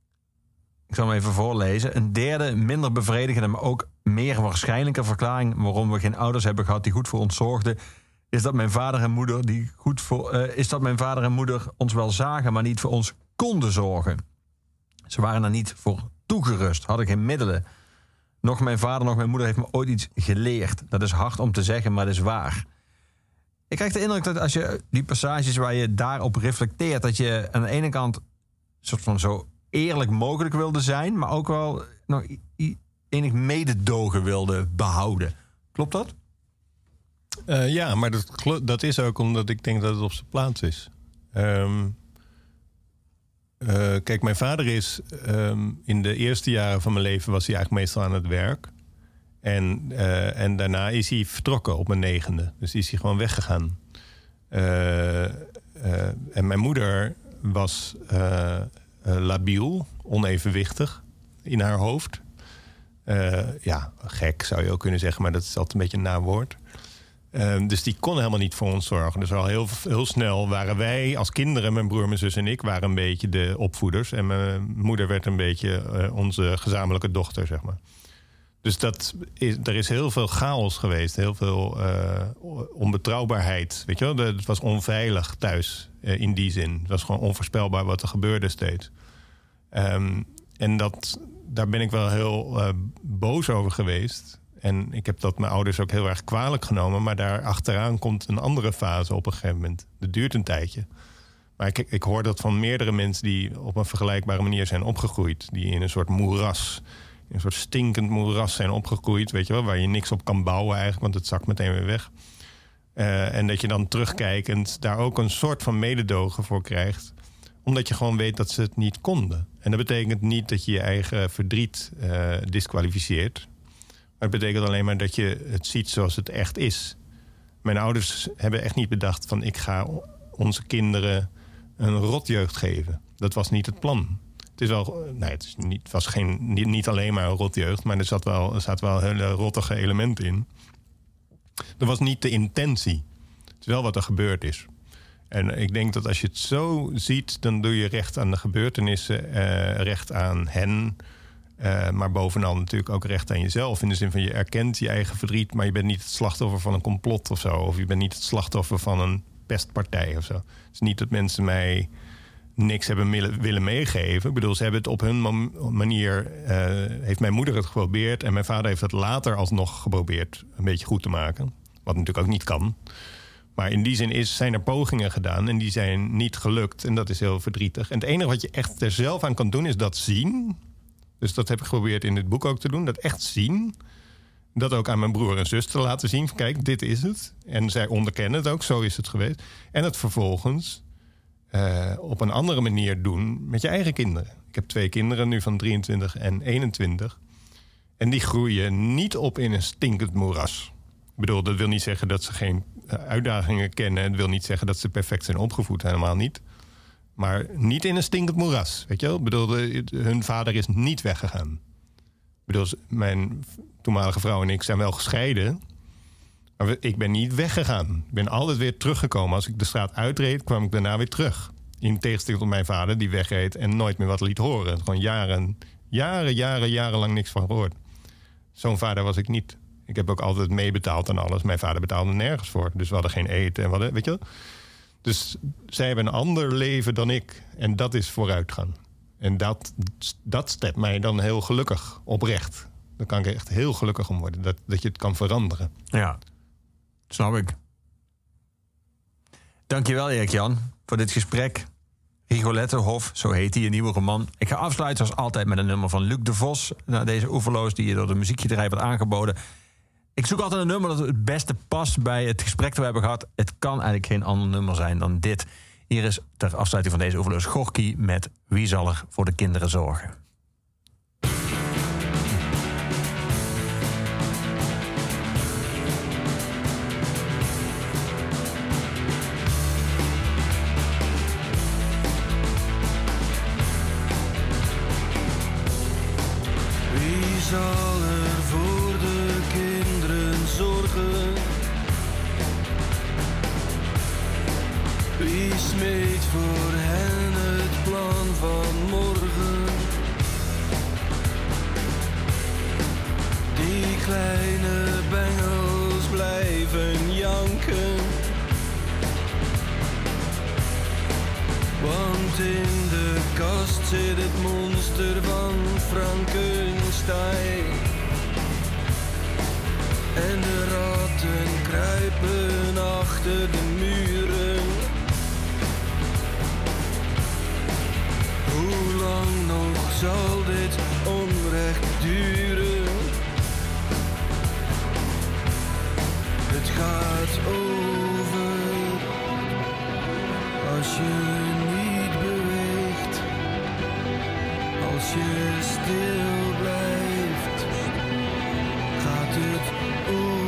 ik zal hem even voorlezen, een derde minder bevredigende, maar ook meer waarschijnlijke verklaring waarom we geen ouders hebben gehad die goed voor ons zorgden, is dat mijn vader en moeder die goed voor, uh, is dat mijn vader en moeder ons wel zagen, maar niet voor ons konden zorgen. Ze waren er niet voor toegerust, hadden geen middelen. Nog mijn vader, nog mijn moeder heeft me ooit iets geleerd. Dat is hard om te zeggen, maar dat is waar. Ik krijg de indruk dat als je die passages waar je daarop reflecteert, dat je aan de ene kant soort van zo eerlijk mogelijk wilde zijn, maar ook wel nog enig mededogen wilde behouden. Klopt dat? Uh, ja, maar dat, dat is ook omdat ik denk dat het op zijn plaats is. Um, uh, kijk, mijn vader is um, in de eerste jaren van mijn leven was hij eigenlijk meestal aan het werk. En, uh, en daarna is hij vertrokken op mijn negende. Dus is hij gewoon weggegaan. Uh, uh, en mijn moeder was uh, uh, labiel, onevenwichtig in haar hoofd. Uh, ja, gek zou je ook kunnen zeggen, maar dat is altijd een beetje een nawoord. Uh, dus die kon helemaal niet voor ons zorgen. Dus al heel, heel snel waren wij als kinderen, mijn broer, mijn zus en ik, waren een beetje de opvoeders. En mijn moeder werd een beetje uh, onze gezamenlijke dochter, zeg maar. Dus dat is, er is heel veel chaos geweest. Heel veel uh, onbetrouwbaarheid. Weet je wel? Het was onveilig thuis uh, in die zin. Het was gewoon onvoorspelbaar wat er gebeurde steeds. Um, en dat, daar ben ik wel heel uh, boos over geweest. En ik heb dat mijn ouders ook heel erg kwalijk genomen. Maar daar achteraan komt een andere fase op een gegeven moment. Dat duurt een tijdje. Maar ik, ik hoor dat van meerdere mensen die op een vergelijkbare manier zijn opgegroeid. Die in een soort moeras, in een soort stinkend moeras zijn opgegroeid. Weet je wel, waar je niks op kan bouwen eigenlijk, want het zakt meteen weer weg. Uh, en dat je dan terugkijkend daar ook een soort van mededogen voor krijgt. Omdat je gewoon weet dat ze het niet konden. En dat betekent niet dat je je eigen verdriet uh, disqualificeert. Maar het betekent alleen maar dat je het ziet zoals het echt is. Mijn ouders hebben echt niet bedacht van ik ga onze kinderen een rotjeugd geven. Dat was niet het plan. Het is wel, nee, het is niet, was geen, niet, niet alleen maar een rotjeugd, maar er zat wel, er zat wel hele rottige elementen in. Dat was niet de intentie. Het is wel wat er gebeurd is. En ik denk dat als je het zo ziet, dan doe je recht aan de gebeurtenissen, uh, recht aan hen. Uh, maar bovenal natuurlijk ook recht aan jezelf. In de zin van je erkent je eigen verdriet, maar je bent niet het slachtoffer van een complot of zo. Of je bent niet het slachtoffer van een pestpartij of zo. Het is niet dat mensen mij niks hebben willen meegeven. Ik bedoel, ze hebben het op hun manier... Uh, heeft mijn moeder het geprobeerd en mijn vader heeft het later alsnog geprobeerd een beetje goed te maken. Wat natuurlijk ook niet kan. Maar in die zin is, zijn er pogingen gedaan en die zijn niet gelukt. En dat is heel verdrietig. En het enige wat je echt er zelf aan kan doen is dat zien. Dus dat heb ik geprobeerd in dit boek ook te doen. Dat echt zien. Dat ook aan mijn broer en zus te laten zien. Kijk, dit is het. En zij onderkennen het ook. Zo is het geweest. En het vervolgens uh, op een andere manier doen met je eigen kinderen. Ik heb twee kinderen nu van drieëntwintig en eenentwintig. En die groeien niet op in een stinkend moeras. Ik bedoel, dat wil niet zeggen dat ze geen uitdagingen kennen. Het wil niet zeggen dat ze perfect zijn opgevoed. Helemaal niet. Maar niet in een stinkend moeras. Weet je wel? Ik bedoel, de, hun vader is niet weggegaan. Ik bedoel, mijn toenmalige vrouw en ik zijn wel gescheiden. Maar we, ik ben niet weggegaan. Ik ben altijd weer teruggekomen. Als ik de straat uitreed, kwam ik daarna weer terug. In tegenstelling tot mijn vader, die wegreed en nooit meer wat liet horen. Gewoon jaren, jaren, jaren, jarenlang niks van gehoord. Zo'n vader was ik niet. Ik heb ook altijd meebetaald aan alles. Mijn vader betaalde nergens voor. Dus we hadden geen eten. En wat, weet je wel? Dus zij hebben een ander leven dan ik. En dat is vooruitgang. En dat, dat stemt mij dan heel gelukkig, oprecht. Daar kan ik echt heel gelukkig om worden. Dat, dat je het kan veranderen. Ja, snap ik. Dankjewel, Erik-Jan, voor dit gesprek. Rigolette Hof, zo heet hij, een nieuwe roman. Ik ga afsluiten zoals altijd met een nummer van Luc de Vos. Nou, deze oeverloos die je door de muziekgederij wordt aangeboden. Ik zoek altijd een nummer dat het beste past bij het gesprek dat we hebben gehad. Het kan eigenlijk geen ander nummer zijn dan dit. Hier is ter afsluiting van deze oeverloos Gorky met Wie zal er voor de kinderen zorgen? Wie zal er voor de kinderen zorgen? Wie smeet voor hen het plan van morgen? Die kleine bengels blijven janken. Want in de kast zit het monster van Frankenstein. En de ratten kruipen achter de muren. Hoe lang nog zal dit onrecht duren? Het gaat over als je niet beweegt, als je stil blijft, gaat het over.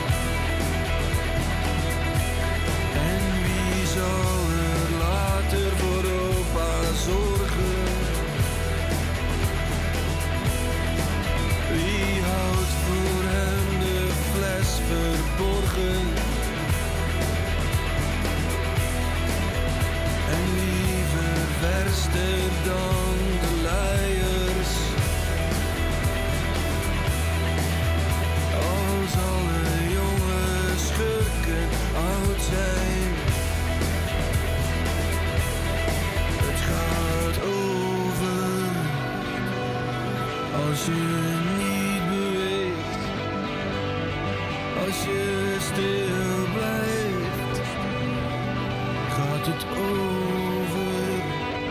En wie zal er later Als je niet beweegt, als je stil blijft, gaat het over.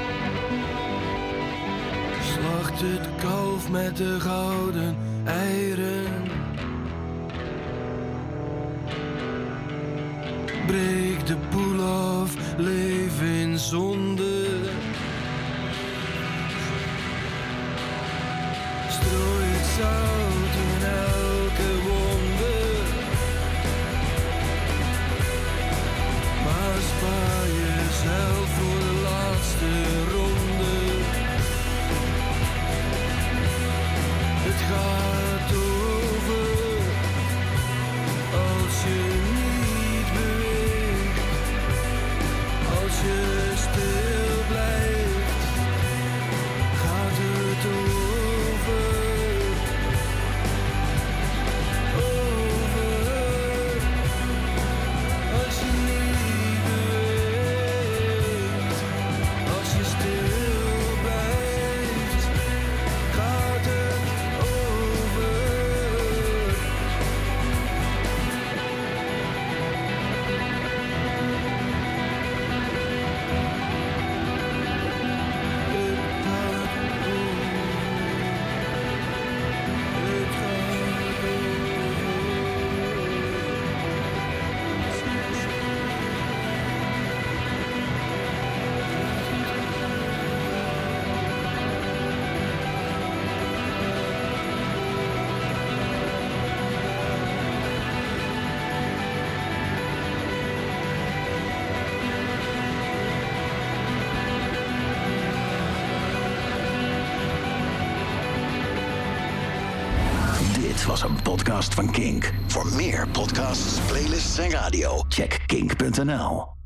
Slacht het kalf met de gouden eieren. Breek de boel af, leef in zonde. Strooi het zout in elke wonde. Maar spaar jezelf voor de laatste ronde. Het gaat over als je niet beweegt, als je stil blijft, gaat het over, over, als je niet beweegt, als je stil blijft, gaat het over. Het gaat over. Het Dit was een podcast van Kink. Voor meer podcasts, playlists en radio, check kink punt n l.